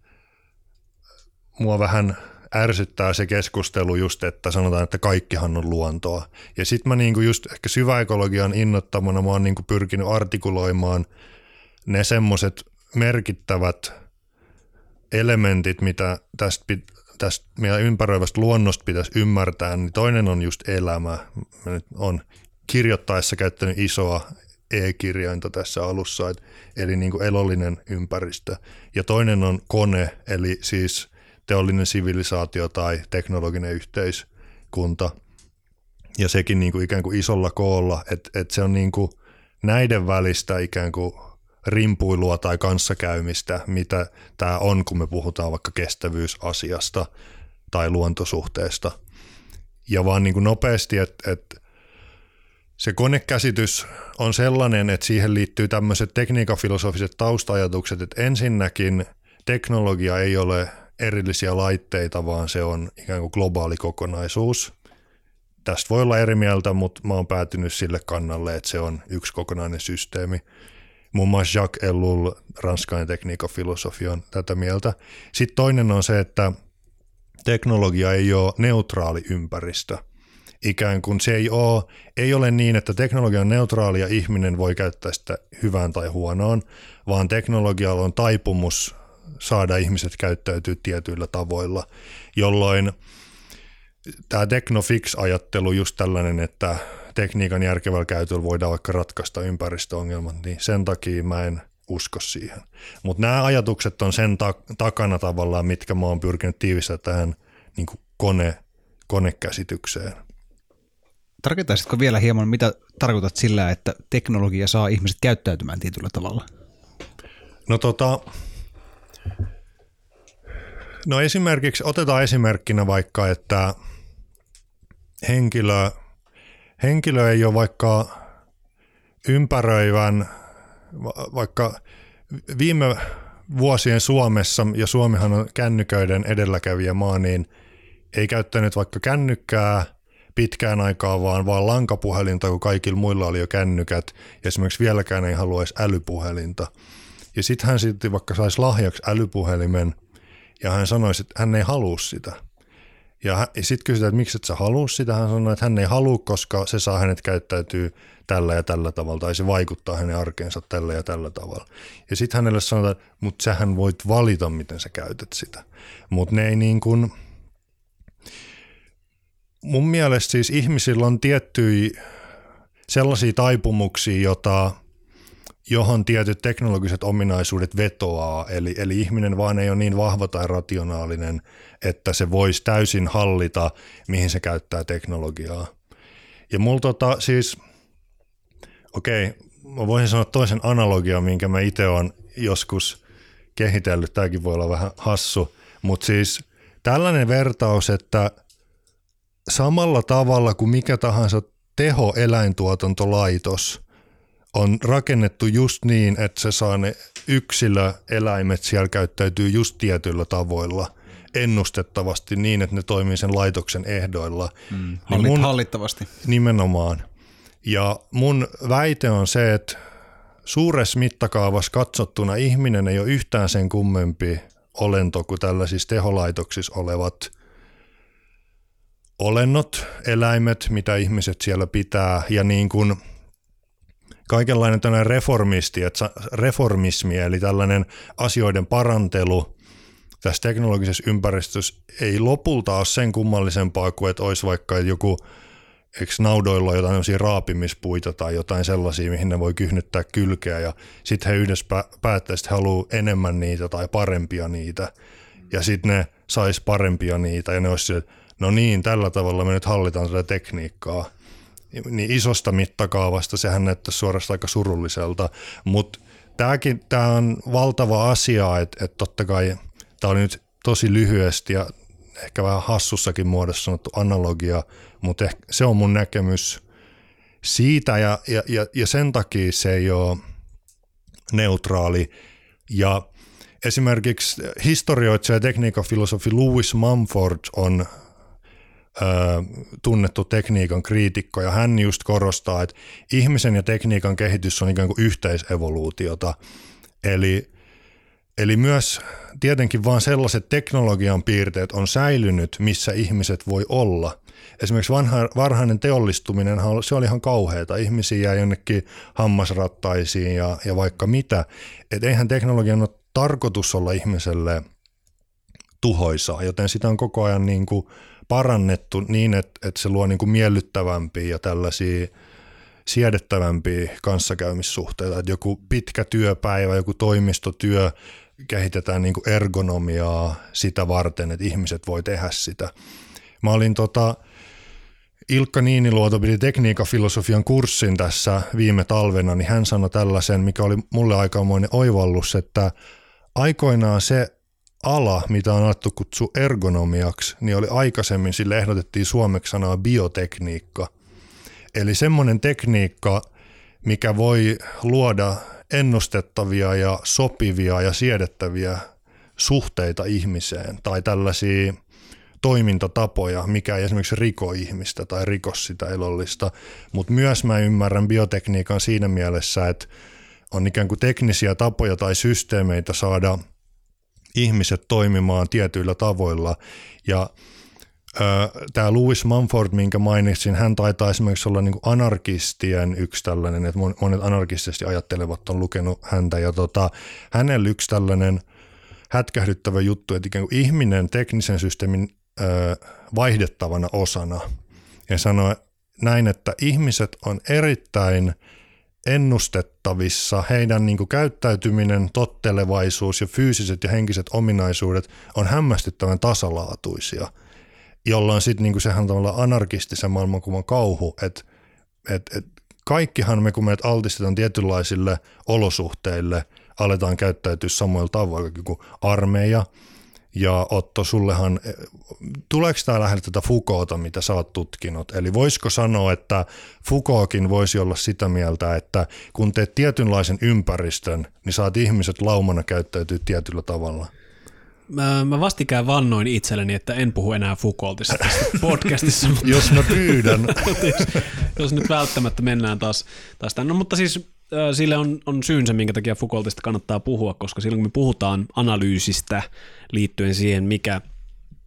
mua vähän ärsyttää se keskustelu just, että sanotaan, että kaikkihan on luontoa. Ja sit mä niin kuin just ehkä syväekologian innottamana mä oon niin kuin pyrkinyt artikuloimaan ne semmoiset merkittävät elementit, mitä tästä, tästä meidän ympäröivästä luonnosta pitäisi ymmärtää, niin toinen on just elämä. Mä nyt on kirjoittaessa käyttänyt isoa e-kirjainta tässä alussa, eli niin kuin elollinen ympäristö. Ja toinen on kone, eli siis teollinen sivilisaatio tai teknologinen yhteiskunta. Ja sekin niin kuin ikään kuin isolla koolla, että, että se on niin kuin näiden välistä ikään kuin rimpuilua tai kanssakäymistä, mitä tämä on, kun me puhutaan vaikka kestävyysasiasta tai luontosuhteesta. Ja vaan niin kuin nopeasti, että, että se konekäsitys on sellainen, että siihen liittyy tämmöiset tekniikafilosofiset tausta-ajatukset, että ensinnäkin teknologia ei ole erillisiä laitteita, vaan se on ikään kuin globaali kokonaisuus. Tästä voi olla eri mieltä, mutta mä oon päätynyt sille kannalle, että se on yksi kokonainen systeemi. Muun muassa Jacques Ellul, ranskalainen tekniikafilosofi, on tätä mieltä. Sitten toinen on se, että teknologia ei ole neutraali ympäristö. Ikään kuin se ei ole, ei ole niin, että teknologia on neutraali ja ihminen voi käyttää sitä hyvään tai huonoon, vaan teknologialla on taipumus saada ihmiset käyttäytyä tietyillä tavoilla, jolloin tämä technofix-ajattelu just tällainen, että tekniikan järkevällä käytöllä voidaan vaikka ratkaista ympäristöongelmat, niin sen takia mä en usko siihen. Mutta nämä ajatukset on sen ta- takana tavallaan, mitkä mä oon pyrkinyt tiivistämään tähän niin kuin kone, konekäsitykseen. Tarkoittaisitko vielä hieman, mitä tarkoitat sillä, että teknologia saa ihmiset käyttäytymään tietyllä tavalla? No tota, no esimerkiksi, otetaan esimerkkinä vaikka, että henkilö, henkilö ei ole vaikka ympäröivän, vaikka viime vuosien Suomessa, ja Suomihan on kännyköiden edelläkävijämaa, niin ei käyttänyt vaikka kännykkää pitkään aikaa, vaan vaan lankapuhelinta, kun kaikilla muilla oli jo kännykät, ja esimerkiksi vieläkään ei haluaisi älypuhelinta. Ja sitten hän sitten vaikka saisi lahjaksi älypuhelimen, ja hän sanoisi, että hän ei halua sitä. Ja, ja sitten kysytään, että miksi et sä halua sitä. Hän sanoo, että hän ei halua, koska se saa hänet käyttäytyy tällä ja tällä tavalla, tai se vaikuttaa hänen arkeensa tällä ja tällä tavalla. Ja sitten hänelle sanotaan, että mutta sähän voit valita, miten sä käytät sitä. Mutta ne ei niin kuin, mun mielestä siis ihmisillä on tiettyjä sellaisia taipumuksia, jota, johon tietyt teknologiset ominaisuudet vetoaa, eli, eli ihminen vaan ei ole niin vahva tai rationaalinen, että se voisi täysin hallita, mihin se käyttää teknologiaa. Ja mulla tota siis, okei, mä voisin sanoa toisen analogian, minkä mä itse olen joskus kehitellyt, tämäkin voi olla vähän hassu, mutta siis tällainen vertaus, että samalla tavalla kuin mikä tahansa tehoeläintuotantolaitos on rakennettu just niin, että se saa ne yksilöeläimet siellä käyttäytyy just tietyillä tavoilla ennustettavasti niin, että ne toimii sen laitoksen ehdoilla. Mm, hallit, mun, hallittavasti. Nimenomaan. Ja mun väite on se, että suuressa mittakaavassa katsottuna ihminen ei ole yhtään sen kummempi olento kuin tällaisissa teholaitoksissa olevat olennot, eläimet, mitä ihmiset siellä pitää, ja niin kuin kaikenlainen tällainen reformisti, että reformismi, eli tällainen asioiden parantelu tässä teknologisessa ympäristössä ei lopulta ole sen kummallisempaa kuin, että olisi vaikka joku, eikö naudoilla jotain sellaisia raapimispuita tai jotain sellaisia, mihin ne voi kyhnyttää kylkeä, ja sitten he yhdessä päättävät, että he haluaa enemmän niitä tai parempia niitä, ja sitten ne sais parempia niitä, ja ne olisi sille, no niin, tällä tavalla me nyt hallitaan tätä tekniikkaa. Niin isosta mittakaavasta sehän näyttäisi suorastaan aika surulliselta, mutta tämäkin tämä on valtava asia, että, että totta kai tämä oli nyt tosi lyhyesti ja ehkä vähän hassussakin muodossa sanottu analogia, mutta ehkä se on mun näkemys siitä ja, ja, ja, ja sen takia se ei ole neutraali. Ja esimerkiksi historioitsija ja tekniikkafilosofi Lewis Mumford on tunnettu tekniikan kriitikko, ja hän just korostaa, että ihmisen ja tekniikan kehitys on ikään kuin yhteisevoluutiota. Eli, eli myös tietenkin vaan sellaiset teknologian piirteet on säilynyt, missä ihmiset voi olla. Esimerkiksi vanha, varhainen teollistuminen, se oli ihan kauheata. Ihmisiä jäi jonnekin hammasrattaisiin ja, ja vaikka mitä. Et eihän teknologian ole tarkoitus olla ihmiselle tuhoisaa, joten sitä on koko ajan niin kuin parannettu niin, että, että se luo niin kuin miellyttävämpiä ja tällaisia siedettävämpiä kanssakäymissuhteita. Että joku pitkä työpäivä, joku toimistotyö, kehitetään niin kuin ergonomiaa sitä varten, että ihmiset voi tehdä sitä. Mä olin tota, Ilkka Niiniluoto piti tekniikkafilosofian kurssin tässä viime talvena, niin hän sanoi tällaisen, mikä oli mulle aikamoinen oivallus, että aikoinaan se ala, mitä on alettu kutsua ergonomiaksi, niin oli aikaisemmin, sille ehdotettiin suomeksi sanaa biotekniikka. Eli semmoinen tekniikka, mikä voi luoda ennustettavia ja sopivia ja siedettäviä suhteita ihmiseen tai tällaisia toimintatapoja, mikä ei esimerkiksi riko ihmistä tai rikos sitä elollista, mutta myös mä ymmärrän biotekniikan siinä mielessä, että on ikään kuin teknisiä tapoja tai systeemeitä saada ihmiset toimimaan tietyillä tavoilla. Ja tämä Lewis Mumford, minkä mainitsin, hän taitaa esimerkiksi olla niinku anarkistien yksi tällainen, että monet anarkistisesti ajattelevat on lukenut häntä, ja tota, hänellä yksi tällainen hätkähdyttävä juttu, että ikään kuin ihminen teknisen systeemin ö, vaihdettavana osana, ja sanoi näin, että ihmiset on erittäin ennustettavissa, heidän niin kuin käyttäytyminen, tottelevaisuus ja fyysiset ja henkiset ominaisuudet on hämmästyttävän tasalaatuisia, jolloin sitten niin kuin sehän on tavallaan anarkistisen maailmankuvan kauhu, että et, et kaikkihan me, kun meidät altistetaan tietynlaisille olosuhteille, aletaan käyttäytyä samoilla tavoilla kuin armeija. Ja Otto, sullehan, tuleeko tämä lähellä tätä Foucaulta, mitä sä oot tutkinut? Eli voisiko sanoa, että Foucaultkin voisi olla sitä mieltä, että kun teet tietynlaisen ympäristön, niin saat ihmiset laumana käyttäytyä tietyllä tavalla? Mä, mä vastikään vannoin itselleni, että en puhu enää Foucaultista tässä podcastissa. Mutta jos mä pyydän. jos, jos nyt välttämättä mennään taas, taas tänne. No, mutta siis sille on, on syynsä, minkä takia Foucaultista kannattaa puhua, koska silloin kun me puhutaan analyysistä liittyen siihen, mikä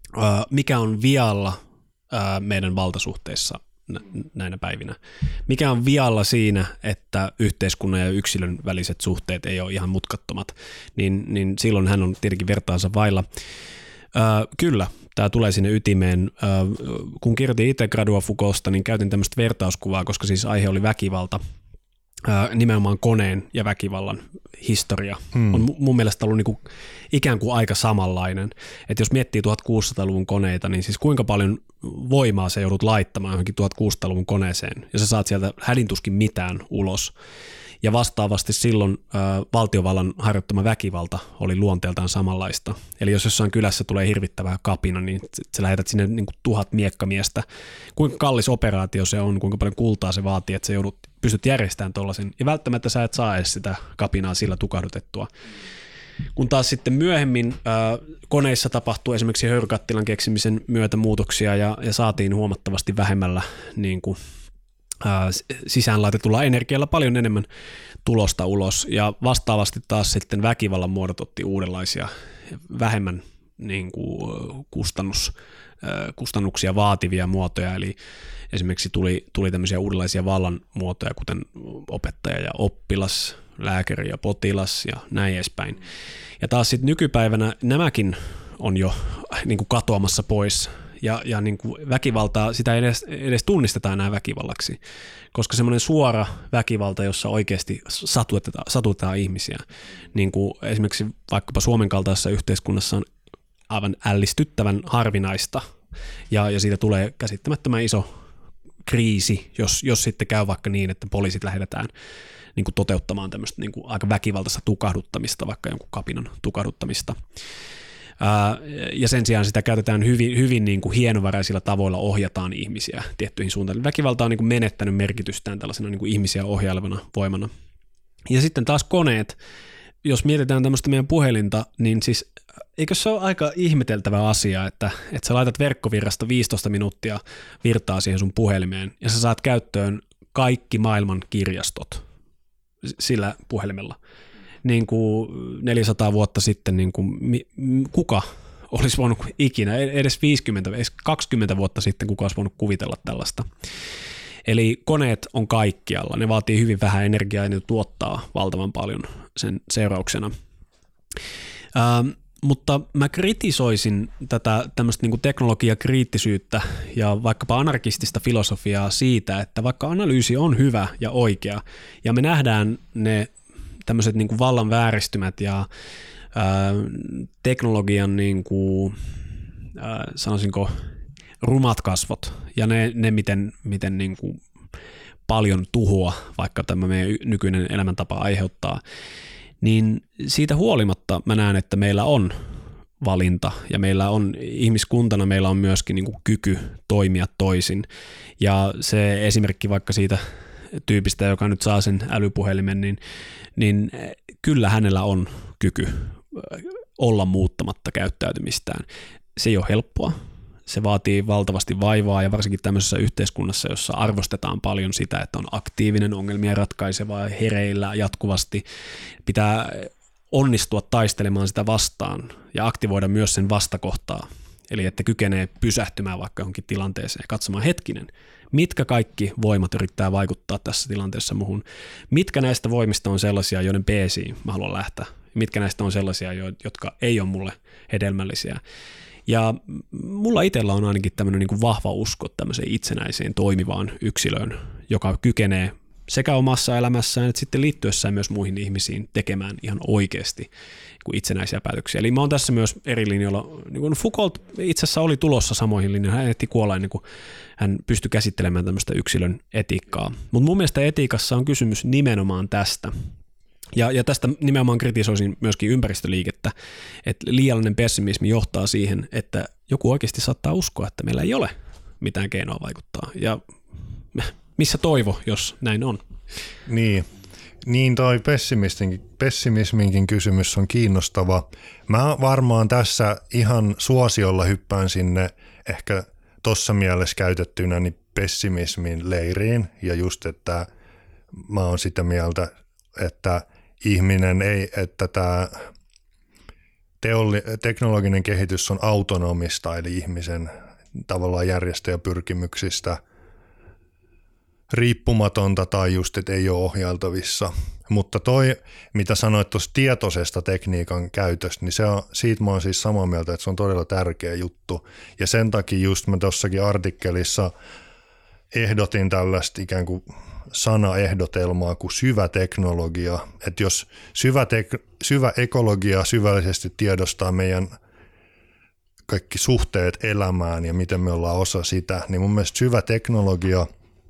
mikä on vialla meidän valtasuhteissa näinä päivinä. Mikä on vialla siinä, että yhteiskunnan ja yksilön väliset suhteet ei ole ihan mutkattomat, niin, niin silloin hän on tietenkin vertaansa vailla. Ö, kyllä, tämä tulee sinne ytimeen. Ö, kun kirjoitin itse Gradua Foucaultsta, niin käytin tämmöistä vertauskuvaa, koska siis aihe oli väkivalta. Nimenomaan koneen ja väkivallan historia hmm. on mun mielestä ollut niinku ikään kuin aika samanlainen. Että jos miettii tuhatkuusisataaluvun koneita, niin siis kuinka paljon voimaa sä joudut laittamaan johonkin tuhatkuusisataaluvun koneeseen, ja sä saat sieltä hädintuskin mitään ulos. Ja vastaavasti silloin ä, valtiovallan harjoittama väkivalta oli luonteeltaan samanlaista. Eli jos jossain kylässä tulee hirvittävää kapina, niin sä lähetät sinne niin kuin tuhat miekkamiestä. Kuinka kallis operaatio se on, kuinka paljon kultaa se vaatii, että sä joudut, pystyt järjestämään tollaisen. Ja välttämättä sä et saa edes sitä kapinaa sillä tukahdutettua. Kun taas sitten myöhemmin ä, koneissa tapahtui esimerkiksi höyrykattilan keksimisen myötä muutoksia ja, ja saatiin huomattavasti vähemmällä niin kuin sisään laitetulla energialla paljon enemmän tulosta ulos, ja vastaavasti taas sitten väkivallan muodot otti uudenlaisia vähemmän niin kuin kustannus, kustannuksia vaativia muotoja, eli esimerkiksi tuli, tuli tämmöisiä uudenlaisia vallan muotoja, kuten opettaja ja oppilas, lääkäri ja potilas ja näin edespäin. Ja taas sitten nykypäivänä nämäkin on jo niin kuin katoamassa pois. Ja, ja niin kuin väkivaltaa, sitä ei edes, edes tunnisteta enää väkivallaksi, koska semmoinen suora väkivalta, jossa oikeasti satutetaan, satutetaan ihmisiä, niin kuin esimerkiksi vaikkapa Suomen kaltaisessa yhteiskunnassa on aivan ällistyttävän harvinaista, ja, ja siitä tulee käsittämättömän iso kriisi, jos, jos sitten käy vaikka niin, että poliisit lähetetään niin kuin toteuttamaan tämmöistä niin kuin aika väkivaltaista tukahduttamista, vaikka jonkun kapinan tukahduttamista. Ja sen sijaan sitä käytetään hyvin, hyvin niin kuin hienovaraisilla tavoilla, ohjataan ihmisiä tiettyihin suuntaan. Väkivalta on niin kuin menettänyt merkitystään tällaisena niin kuin ihmisiä ohjailevana voimana. Ja sitten taas koneet, jos mietitään tämmöistä meidän puhelinta, niin siis eikö se ole aika ihmeteltävä asia, että, että sä laitat verkkovirrasta viisitoista minuuttia virtaa siihen sun puhelimeen ja sä saat käyttöön kaikki maailman kirjastot sillä puhelimella. Niin kuin neljäsataa vuotta sitten, niin kuin kuka olisi voinut ikinä, edes viisikymmentä, edes kaksikymmentä vuotta sitten kuka olisi voinut kuvitella tällaista. Eli koneet on kaikkialla, ne vaatii hyvin vähän energiaa ja ne tuottaa valtavan paljon sen seurauksena. Ähm, mutta mä kritisoisin tätä tämmöistä niin kuin teknologiakriittisyyttä ja vaikkapa anarkistista filosofiaa siitä, että vaikka analyysi on hyvä ja oikea ja me nähdään ne tämmöiset niin kuin vallan vääristymät ja ää, teknologian niin kuin, ää, sanoisinko rumat kasvot ja ne, ne miten, miten niin kuin paljon tuhoa vaikka tämä meidän nykyinen elämäntapa aiheuttaa, niin siitä huolimatta mä näen, että meillä on valinta ja meillä on ihmiskuntana, meillä on myöskin niin kuin kyky toimia toisin, ja se esimerkki vaikka siitä tyypistä, joka nyt saa sen älypuhelimen, niin, niin kyllä hänellä on kyky olla muuttamatta käyttäytymistään. Se ei ole helppoa. Se vaatii valtavasti vaivaa ja varsinkin tämmöisessä yhteiskunnassa, jossa arvostetaan paljon sitä, että on aktiivinen, ongelmia ratkaiseva, hereillä jatkuvasti. Pitää onnistua taistelemaan sitä vastaan ja aktivoida myös sen vastakohtaa. Eli että kykenee pysähtymään vaikka johonkin tilanteeseen ja katsomaan hetkinen, mitkä kaikki voimat yrittää vaikuttaa tässä tilanteessa muhun, mitkä näistä voimista on sellaisia, joiden peesiin mä haluan lähteä, mitkä näistä on sellaisia, jotka ei ole mulle hedelmällisiä. Ja mulla itsellä on ainakin tämmöinen niin kuin vahva usko tämmöiseen itsenäiseen toimivaan yksilöön, joka kykenee sekä omassa elämässään että sitten liittyessään myös muihin ihmisiin tekemään ihan oikeasti itsenäisiä päätöksiä. Eli mä oon tässä myös eri linjoilla. Niin kuin Foucault itse asiassa oli tulossa samoihin linjoihin. Hän ehti kuolla ennen kuin hän pystyi käsittelemään tämmöistä yksilön etiikkaa. Mutta mun mielestä etiikassa on kysymys nimenomaan tästä. Ja, ja tästä nimenomaan kritisoisin myöskin ympäristöliikettä, että liiallinen pessimismi johtaa siihen, että joku oikeasti saattaa uskoa, että meillä ei ole mitään keinoa vaikuttaa. Ja missä toivo, jos näin on? Niin, niin toi pessimisminkin kysymys on kiinnostava. Mä varmaan tässä ihan suosiolla hyppään sinne ehkä tuossa mielessä käytettynä niin pessimismin leiriin ja just, että mä oon sitä mieltä, että ihminen ei, että tämä teolli- teknologinen kehitys on autonomista, eli ihmisen tavallaan järjestäjäpyrkimyksistä riippumatonta tai just, että ei ole ohjailtavissa. Mutta toi, mitä sanoit tuosta tietoisesta tekniikan käytöstä, niin se on, siitä mä oon siis samaa mieltä, että se on todella tärkeä juttu. Ja sen takia just mä tuossakin artikkelissa ehdotin tällaista ikään kuin sanaehdotelmaa kuin syvä teknologia. Että jos syvä, tek- syvä ekologia syvällisesti tiedostaa meidän kaikki suhteet elämään ja miten me ollaan osa sitä, niin mun mielestä syvä teknologia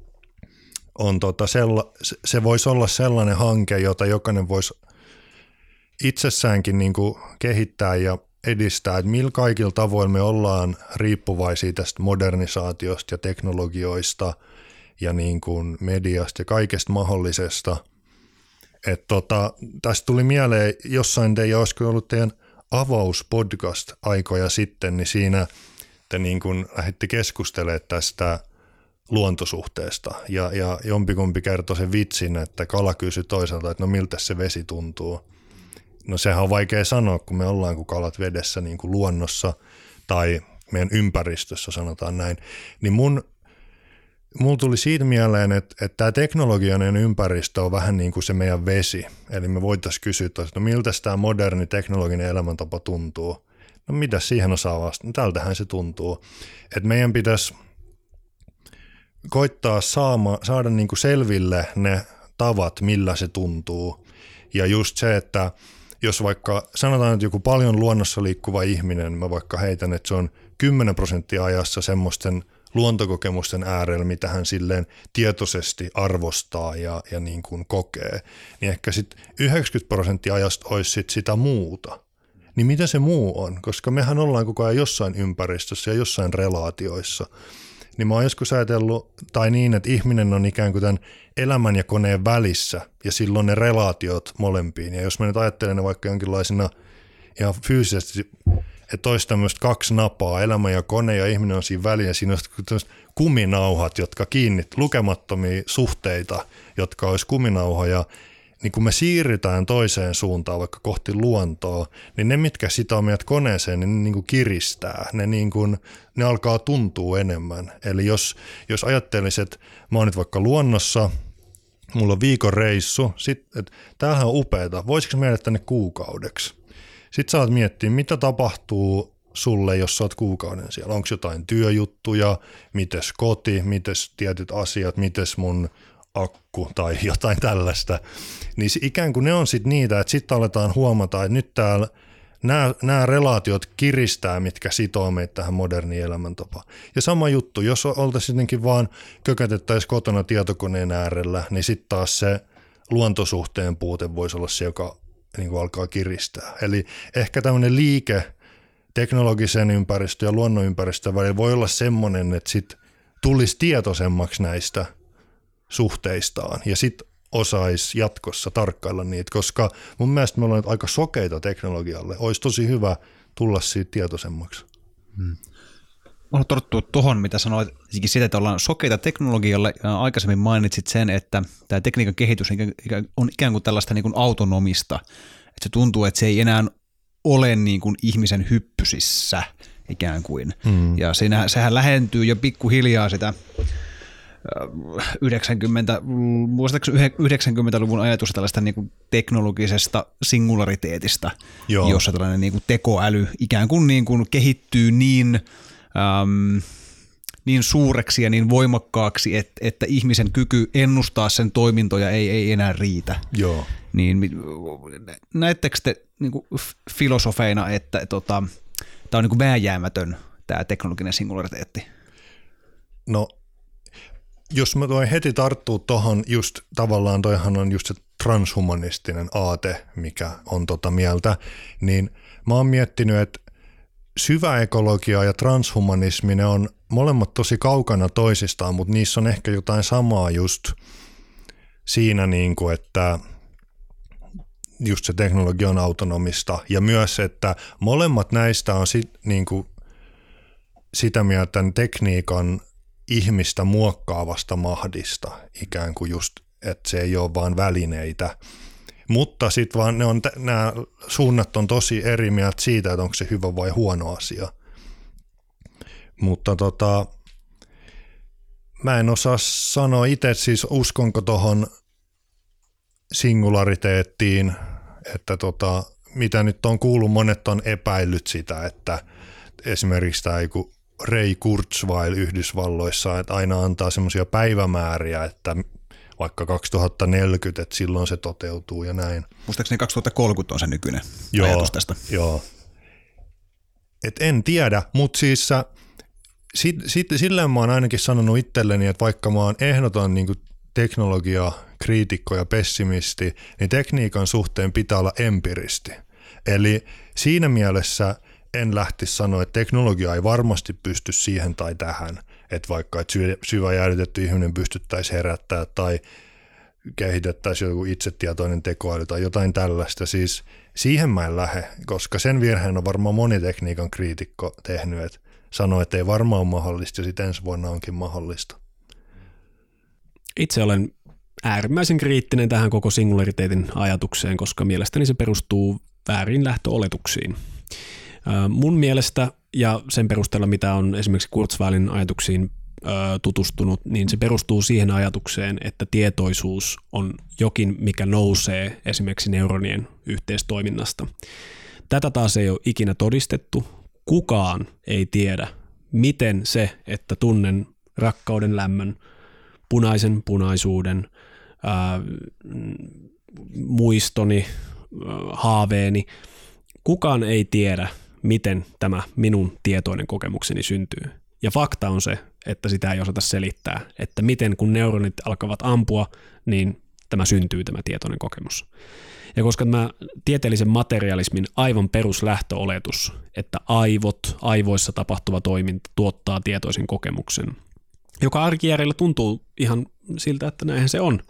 on tota sella, se voisi olla sellainen hanke, jota jokainen voisi itsessäänkin niin kuin kehittää ja edistää, että millä kaikilla tavoilla me ollaan riippuvaisia tästä modernisaatiosta ja teknologioista ja niin kuin mediasta ja kaikesta mahdollisesta. Et tota, tästä tuli mieleen jossain teidän, olisiko ollut teidän avauspodcast aikoja sitten, niin siinä te niin kuin lähditte keskustelemaan tästä luontosuhteesta ja, ja jompikumpi kertoi sen vitsin, että kala kysyi toisaalta, että no miltä se vesi tuntuu. No sehän on vaikea sanoa, kun me ollaan kuin kalat vedessä niin kuin luonnossa tai meidän ympäristössä sanotaan näin. Niin mun, mulla tuli siitä mieleen, että, että tämä teknologinen ympäristö on vähän niin kuin se meidän vesi. Eli me voitaisiin kysyä, että no miltä tämä moderni teknologinen elämäntapa tuntuu. No mitä siihen osaa vastata? No tältähän se tuntuu. Että meidän pitäisi koittaa saama, saada niin kuin selville ne tavat, millä se tuntuu. Ja just se, että jos vaikka sanotaan, että joku paljon luonnossa liikkuva ihminen, mä vaikka heitän, että se on kymmenen prosenttia ajassa semmoisten luontokokemusten äärellä, mitä hän silleen tietoisesti arvostaa ja, ja niin kuin kokee, niin ehkä sitten yhdeksänkymmentä prosenttia ajasta olisi sit sitä muuta. Niin mitä se muu on? Koska mehän ollaan koko ajan jossain ympäristössä ja jossain relaatioissa. Niin mä oon joskus ajatellut, tai niin, että ihminen on ikään kuin tämän elämän ja koneen välissä, ja silloin ne relaatiot molempiin. Ja jos mä nyt ajattelen ne vaikka jonkinlaisina ihan fyysisesti, että olisi tämmöistä kaksi napaa, elämä ja kone, ja ihminen on siinä väliin, ja siinä on tämmöiset kuminauhat, jotka kiinnit, lukemattomia suhteita, jotka olisi kuminauhoja, niin kun me siirrytään toiseen suuntaan, vaikka kohti luontoa, niin ne, mitkä sitoo meidät koneeseen, niin ne niin kuin kiristää. Ne, niin kuin, ne alkaa tuntua enemmän. Eli jos, jos ajattelisit, että mä oon nyt vaikka luonnossa, mulla on viikon reissu, sit, että tämähän on upeata, voisiko meidät tänne kuukaudeksi? Sitten saat miettiä, mitä tapahtuu sulle, jos sä oot kuukauden siellä. Onko jotain työjuttuja, mites koti, mites tietyt asiat, mites mun akku tai jotain tällaista, niin ikään kuin ne on sitten niitä, että sitten aletaan huomata, että nyt täällä nämä, nämä relaatiot kiristää, mitkä sitoo meitä tähän moderniin elämäntapaan. Ja sama juttu, jos oltaisiin jotenkin vaan kökätettäisiin kotona tietokoneen äärellä, niin sitten taas se luontosuhteen puute voisi olla se, joka niin kuin alkaa kiristää. Eli ehkä tämmöinen liike teknologisen ympäristön ja luonnonympäristön välillä voi olla semmoinen, että sitten tulisi tietoisemmaksi näistä suhteistaan ja sitten osaisi jatkossa tarkkailla niitä, koska mun mielestä me ollaan nyt aika sokeita teknologialle. Olisi tosi hyvä tulla siitä tietoisemmaksi. Hmm. Mä haluan todettua tuohon, mitä sanoit siitä, että ollaan sokeita teknologialle. Aikaisemmin mainitsit sen, että tämä tekniikan kehitys on ikään kuin tällaista niin kuin autonomista. Että se tuntuu, että se ei enää ole niin kuin ihmisen hyppysissä ikään kuin. Hmm. Ja siinä, sehän lähentyy jo pikkuhiljaa sitä yhdeksänkymmentä, muistaakseni yhdeksänkymmentäluvun ajatus tällaista niin kuin teknologisesta singulariteetista, Joo. jossa tällainen niin kuin tekoäly ikään kuin, niin kuin kehittyy niin, äm, niin suureksi ja niin voimakkaaksi, että, että ihmisen kyky ennustaa sen toimintoja ei, ei enää riitä. Joo. Niin, näettekö te niin kuin filosofeina, että tota, tämä on niin kuin vääjäämätön tämä teknologinen singulariteetti? No, jos mä toin heti tarttuu tuohon, just tavallaan toihan on just se transhumanistinen aate, mikä on tota mieltä, niin mä oon miettinyt, että syvä ekologia ja transhumanismi, ne on molemmat tosi kaukana toisistaan, mutta niissä on ehkä jotain samaa just siinä, niin kuin, että just se teknologia on autonomista ja myös, että molemmat näistä on sit, niin kuin sitä mieltä tämän tekniikan ihmistä muokkaavasta mahdista, ikään kuin just, että se ei ole vaan välineitä, Mutta sitten vaan ne on, nämä suunnat on tosi eri mieltä siitä, että onko se hyvä vai huono asia. Mutta tota, mä en osaa sanoa itse, siis uskonko tuohon singulariteettiin, että tota, mitä nyt on kuullut, monet on epäillyt sitä, että esimerkiksi tämä joku Ray Kurzweil Yhdysvalloissa, että aina antaa semmoisia päivämääriä, että vaikka kaksituhattaneljäkymmentä, että silloin se toteutuu ja näin. Muistaakseni kaksituhattakolmekymmentä on se nykyinen joo, ajatus tästä. Joo. Et en tiedä, mutta siis sit, sit, silleen mä oon ainakin sanonut itselleni, että vaikka mä oon ehdoton niin kuin teknologiakriitikko ja pessimisti, niin tekniikan suhteen pitää olla empiristi. Eli siinä mielessä en lähtisi sanoa, että teknologia ei varmasti pysty siihen tai tähän, että vaikka että syväjäädytetty ihminen pystyttäisiin herättää tai kehitettäisiin joku itsetietoinen tekoäly tai jotain tällaista. Siis siihen mä en lähde, koska sen virheen on varmaan moni tekniikan kriitikko tehnyt, että sanoo, että ei varmaan ole mahdollista ja sitten ensi vuonna onkin mahdollista. Itse olen äärimmäisen kriittinen tähän koko singulariteetin ajatukseen, koska mielestäni se perustuu väärin lähtöoletuksiin. Mun mielestä ja sen perusteella, mitä on esimerkiksi Kurzweilin ajatuksiin tutustunut, niin se perustuu siihen ajatukseen, että tietoisuus on jokin, mikä nousee esimerkiksi neuronien yhteistoiminnasta. Tätä taas ei ole ikinä todistettu. Kukaan ei tiedä, miten se, että tunnen rakkauden, lämmön, punaisen punaisuuden, ää, muistoni, ää, haaveeni, kukaan ei tiedä, miten tämä minun tietoinen kokemukseni syntyy. Ja fakta on se, että sitä ei osata selittää, että miten kun neuronit alkavat ampua, niin tämä syntyy tämä tietoinen kokemus. Ja koska tämä tieteellisen materialismin aivan peruslähtöoletus, että aivot, aivoissa tapahtuva toiminta tuottaa tietoisen kokemuksen, joka arkijärjellä tuntuu ihan siltä, että näinhän se on,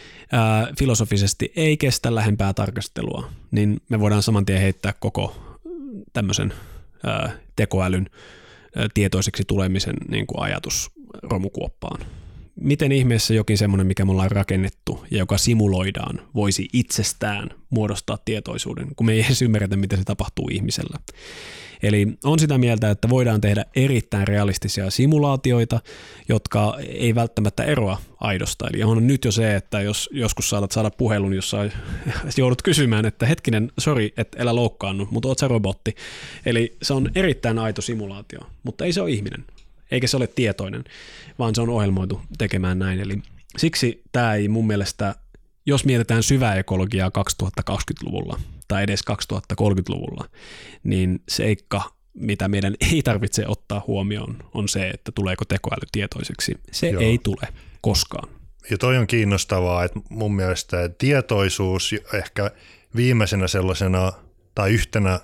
ää, filosofisesti ei kestä lähempää tarkastelua, niin me voidaan saman tien heittää koko tämmöisen ää, tekoälyn ää, tietoiseksi tulemisen niin kuin ajatus romukuoppaan. Miten ihmeessä jokin semmoinen, mikä me ollaan rakennettu ja joka simuloidaan, voisi itsestään muodostaa tietoisuuden, kun me ei edes ymmärretä, miten se tapahtuu ihmisellä. Eli on sitä mieltä, että voidaan tehdä erittäin realistisia simulaatioita, jotka ei välttämättä eroa aidosta. Eli on nyt jo se, että jos joskus saatat saada puhelun, jossa joudut kysymään, että hetkinen, sori, että älä loukkaannu, mutta oot sä robotti. Eli se on erittäin aito simulaatio, mutta ei se ole ihminen, eikä se ole tietoinen, vaan se on ohjelmoitu tekemään näin. Eli siksi tämä ei mun mielestä, jos mietitään syvää ekologiaa kaksituhattakaksikymmentäluvulla tai edes kaksituhattakolmekymmentäluvulla, niin seikka, mitä meidän ei tarvitse ottaa huomioon, on se, että tuleeko tekoäly tietoiseksi. Se Joo. ei tule koskaan. Ja toi on kiinnostavaa, että mun mielestä tietoisuus ehkä viimeisenä sellaisena tai yhtenä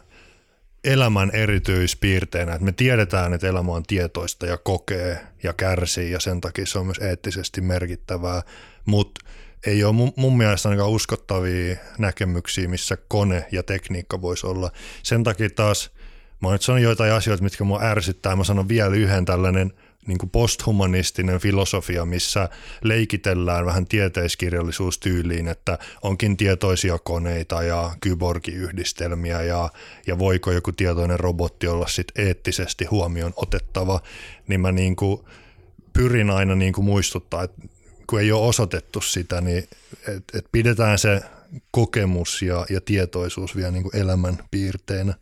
elämän erityispiirteinä, että me tiedetään, että elämä on tietoista ja kokee ja kärsii ja sen takia se on myös eettisesti merkittävää, mutta ei ole mun, mun mielestä ainakaan uskottavia näkemyksiä, missä kone ja tekniikka voisi olla. Sen takia taas, mä oon nyt sanonut joitain asioita, mitkä mua ärsyttää, mä sanon vielä yhden tällainen niin kuin posthumanistinen filosofia, missä leikitellään vähän tieteiskirjallisuustyyliin, että onkin tietoisia koneita ja kyborgiyhdistelmiä ja, ja voiko joku tietoinen robotti olla sit eettisesti huomioon otettava, niin mä niin kuin pyrin aina niin kuin muistuttaa, että kun ei ole osoitettu sitä, niin et, et pidetään se kokemus ja, ja tietoisuus vielä niin kuin elämän piirteinä.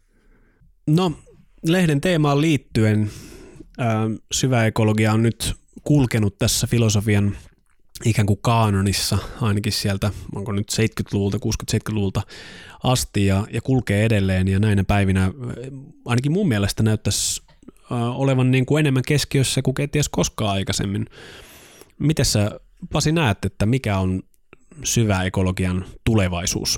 No, lehden teemaan liittyen ää, syvä ekologia on nyt kulkenut tässä filosofian ikään kuin kaanonissa, ainakin sieltä, onko nyt seitsemänkymmentäluvulta, kuusikymmentä-seitsemänkymmentäluvulta asti ja, ja kulkee edelleen ja näinä päivinä ainakin mun mielestä näyttäisi ää, olevan niin kuin enemmän keskiössä kuin kenties koskaan aikaisemmin. Miten sä, Pasi, näet, että mikä on syvä ekologian tulevaisuus?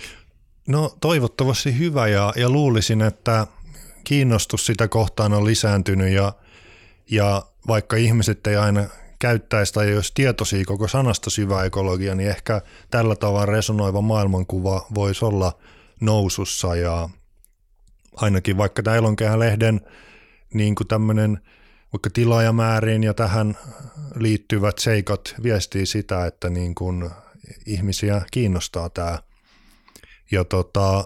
No toivottavasti hyvä ja, ja luulisin, että kiinnostus sitä kohtaan on lisääntynyt ja, ja vaikka ihmiset ei aina käyttäisi tai jos tietoisia koko sanasta syvä ekologia, niin ehkä tällä tavalla resonoiva maailmankuva voisi olla nousussa ja ainakin vaikka tämä Elonkehän-lehden niin kuin tämmöinen vaikka tilaajamääriin ja tähän liittyvät seikat viestii sitä, että niin kuin ihmisiä kiinnostaa tämä Ja tota,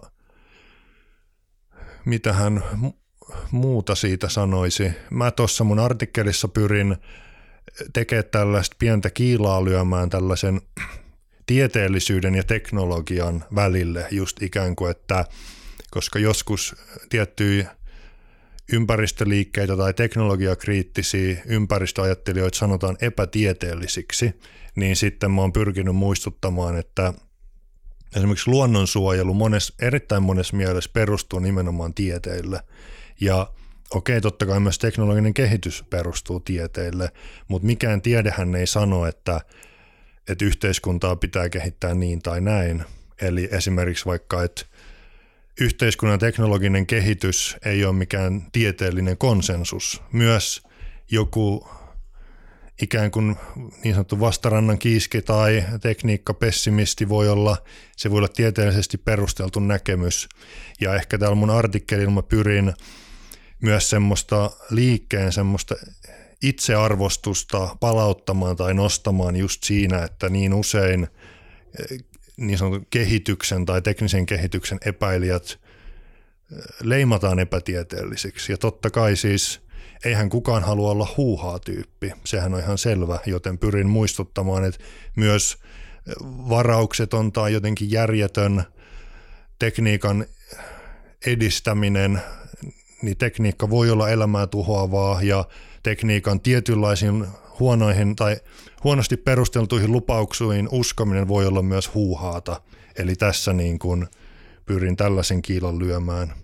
mitähän muuta siitä sanoisi. Mä tuossa mun artikkelissa pyrin tekemään tällaista pientä kiilaa lyömään tällaisen tieteellisyyden ja teknologian välille just ikään kuin, että koska joskus tiettyjä ympäristöliikkeitä tai teknologiakriittisiä ympäristöajattelijoita sanotaan epätieteellisiksi, niin sitten mä oon pyrkinyt muistuttamaan, että esimerkiksi luonnonsuojelu monessa, erittäin monessa mielessä perustuu nimenomaan tieteille. Ja okei, totta kai myös teknologinen kehitys perustuu tieteille, mutta mikään tiedehän ei sano, että, että yhteiskuntaa pitää kehittää niin tai näin. Eli esimerkiksi vaikka, että yhteiskunnan teknologinen kehitys ei ole mikään tieteellinen konsensus. Myös joku ikään kuin niin sanottu vastarannan kiiski tai tekniikkapessimisti voi olla, se voi olla tieteellisesti perusteltu näkemys. Ja ehkä täällä mun artikkelilla mä pyrin myös semmoista liikkeen, semmoista itsearvostusta palauttamaan tai nostamaan just siinä, että niin usein niin sanotun kehityksen tai teknisen kehityksen epäilijät leimataan epätieteellisiksi. Ja totta kai siis eihän kukaan halua olla huuhaa tyyppi, sehän on ihan selvä, joten pyrin muistuttamaan, että myös varaukseton tai jotenkin järjetön tekniikan edistäminen, niin tekniikka voi olla elämää tuhoavaa ja tekniikan tietynlaisiin huonoihin tai huonosti perusteltuihin lupauksiin uskominen voi olla myös huuhaata. Eli tässä niin kuin pyrin tällaisen kiilan lyömään.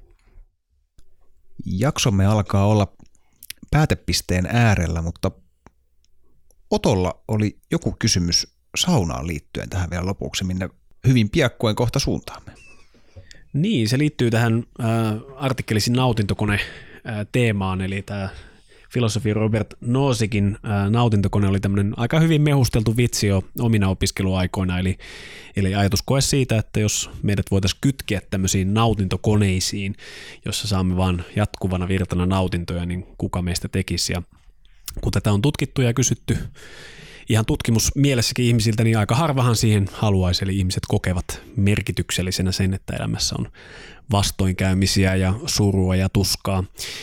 Jaksomme alkaa olla päätepisteen äärellä, mutta Otolla oli joku kysymys saunaan liittyen tähän vielä lopuksi, minne hyvin piakkoin kohta suuntaamme. Niin, se liittyy tähän äh, artikkelisin nautintokone-teemaan, eli tämä filosofi Robert Nosikin äh, nautintokone oli tämmöinen aika hyvin mehusteltu vitsi jo omina opiskeluaikoina, eli, eli ajatuskoe siitä, että jos meidät voitaisiin kytkeä tämmöisiin nautintokoneisiin, jossa saamme vaan jatkuvana virtana nautintoja, niin kuka meistä tekisi. Ja kun tätä on tutkittu ja kysytty ihan tutkimusmielessäkin ihmisiltä, niin aika harvahan siihen haluaisi, eli ihmiset kokevat merkityksellisenä sen, että elämässä on vastoinkäymisiä ja surua ja tuskaa.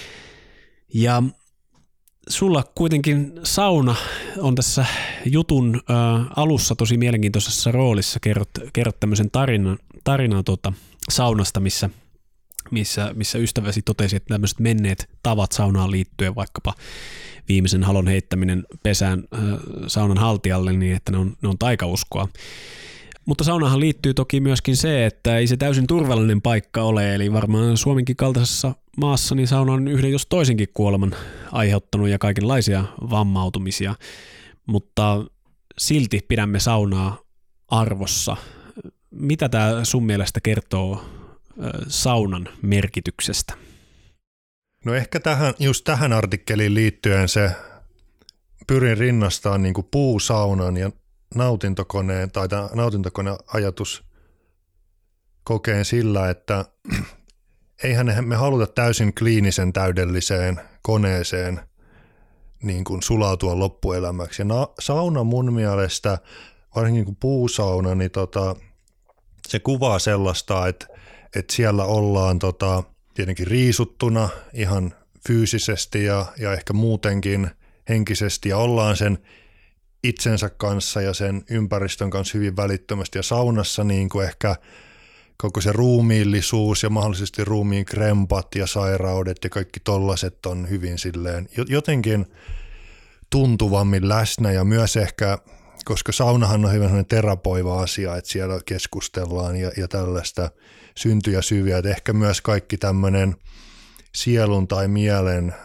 Ja sulla kuitenkin sauna on tässä jutun ä, alussa tosi mielenkiintoisessa roolissa. Kerrot, kerrot tämmöisen tarinan, tarinan tuota, saunasta, missä, missä, missä ystäväsi totesi, että tämmöiset menneet tavat saunaan liittyen, vaikkapa viimeisen halon heittäminen pesään ä, saunan haltijalle, niin että ne on, ne on taikauskoa. Mutta saunahan liittyy toki myöskin se, että ei se täysin turvallinen paikka ole, eli varmaan Suomenkin kaltaisessa maassa niin sauna on yhden jos toisenkin kuoleman aiheuttanut ja kaikenlaisia vammautumisia, mutta silti pidämme saunaa arvossa. Mitä tämä sun mielestä kertoo saunan merkityksestä? No ehkä tähän, just tähän artikkeliin liittyen se pyrin rinnastamaan niin kuin puusaunan ja nautintokoneen tai tämä nautintokoneajatus kokeen sillä, että eihän me haluta täysin kliinisen täydelliseen koneeseen niin kuin sulautua loppuelämäksi. Ja na- sauna mun mielestä, varsinkin kuin puusauna, niin tota, se kuvaa sellaista, että, että siellä ollaan tota, tietenkin riisuttuna ihan fyysisesti ja, ja ehkä muutenkin henkisesti ja ollaan sen itsensä kanssa ja sen ympäristön kanssa hyvin välittömästi ja saunassa niin kuin ehkä koko se ruumiillisuus ja mahdollisesti ruumiin krempat ja sairaudet ja kaikki tollaset on hyvin silleen jotenkin tuntuvammin läsnä ja myös ehkä, koska saunahan on hyvin sellainen terapoiva asia, että siellä keskustellaan ja, ja tällaista syntyjä syviä, että ehkä myös kaikki tämmöinen sielun tai mielen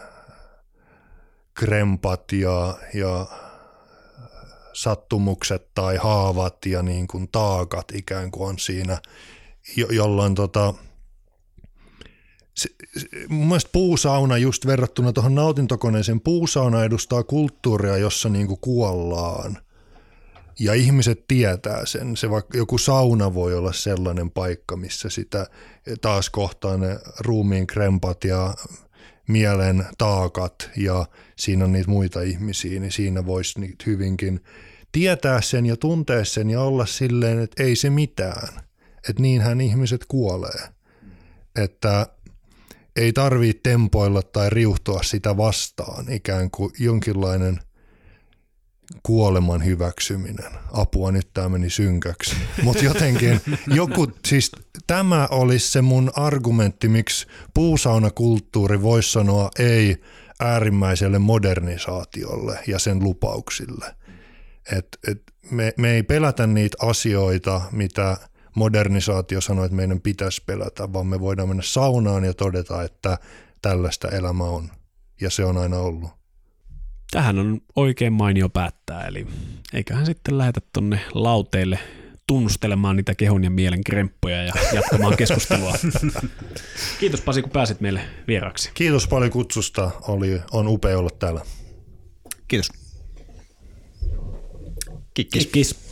krempat ja, ja sattumukset tai haavat ja niin kuin taakat ikään kuin on siinä, jo- jolloin tota, se, se, mun mielestä puusauna just verrattuna tuohon nautintokoneeseen, puusauna edustaa kulttuuria, jossa niin kuin kuollaan ja ihmiset tietää sen. Se vaikka joku sauna voi olla sellainen paikka, missä sitä taas kohtaa ne ruumiin krempat ja mielen taakat ja siinä on niitä muita ihmisiä, niin siinä voisi niitä hyvinkin tietää sen ja tuntea sen ja olla silleen, että ei se mitään. että niinhän ihmiset kuolee. Että ei tarvitse tempoilla tai riuhtua sitä vastaan, ikään kuin jonkinlainen kuoleman hyväksyminen. Apua, nyt tämä meni synkäksi. Mutta jotenkin joku, siis tämä olisi se mun argumentti, miksi puusaunakulttuuri voisi sanoa ei äärimmäiselle modernisaatiolle ja sen lupauksille. Et, et me, me ei pelätä niitä asioita, mitä modernisaatio sanoo, että meidän pitäisi pelätä, vaan me voidaan mennä saunaan ja todeta, että tällaista elämä on. Ja se on aina ollut. Tähän on oikein mainio päättää, eli eiköhän sitten lähetä tonne lauteille tunnustelemaan niitä kehon ja mielen kremppoja ja jatkamaan keskustelua. Kiitos Pasi, kun pääsit meille vieraaksi. Kiitos paljon kutsusta, oli, on upea olla täällä. Kiitos. Kiitos. Kiitos.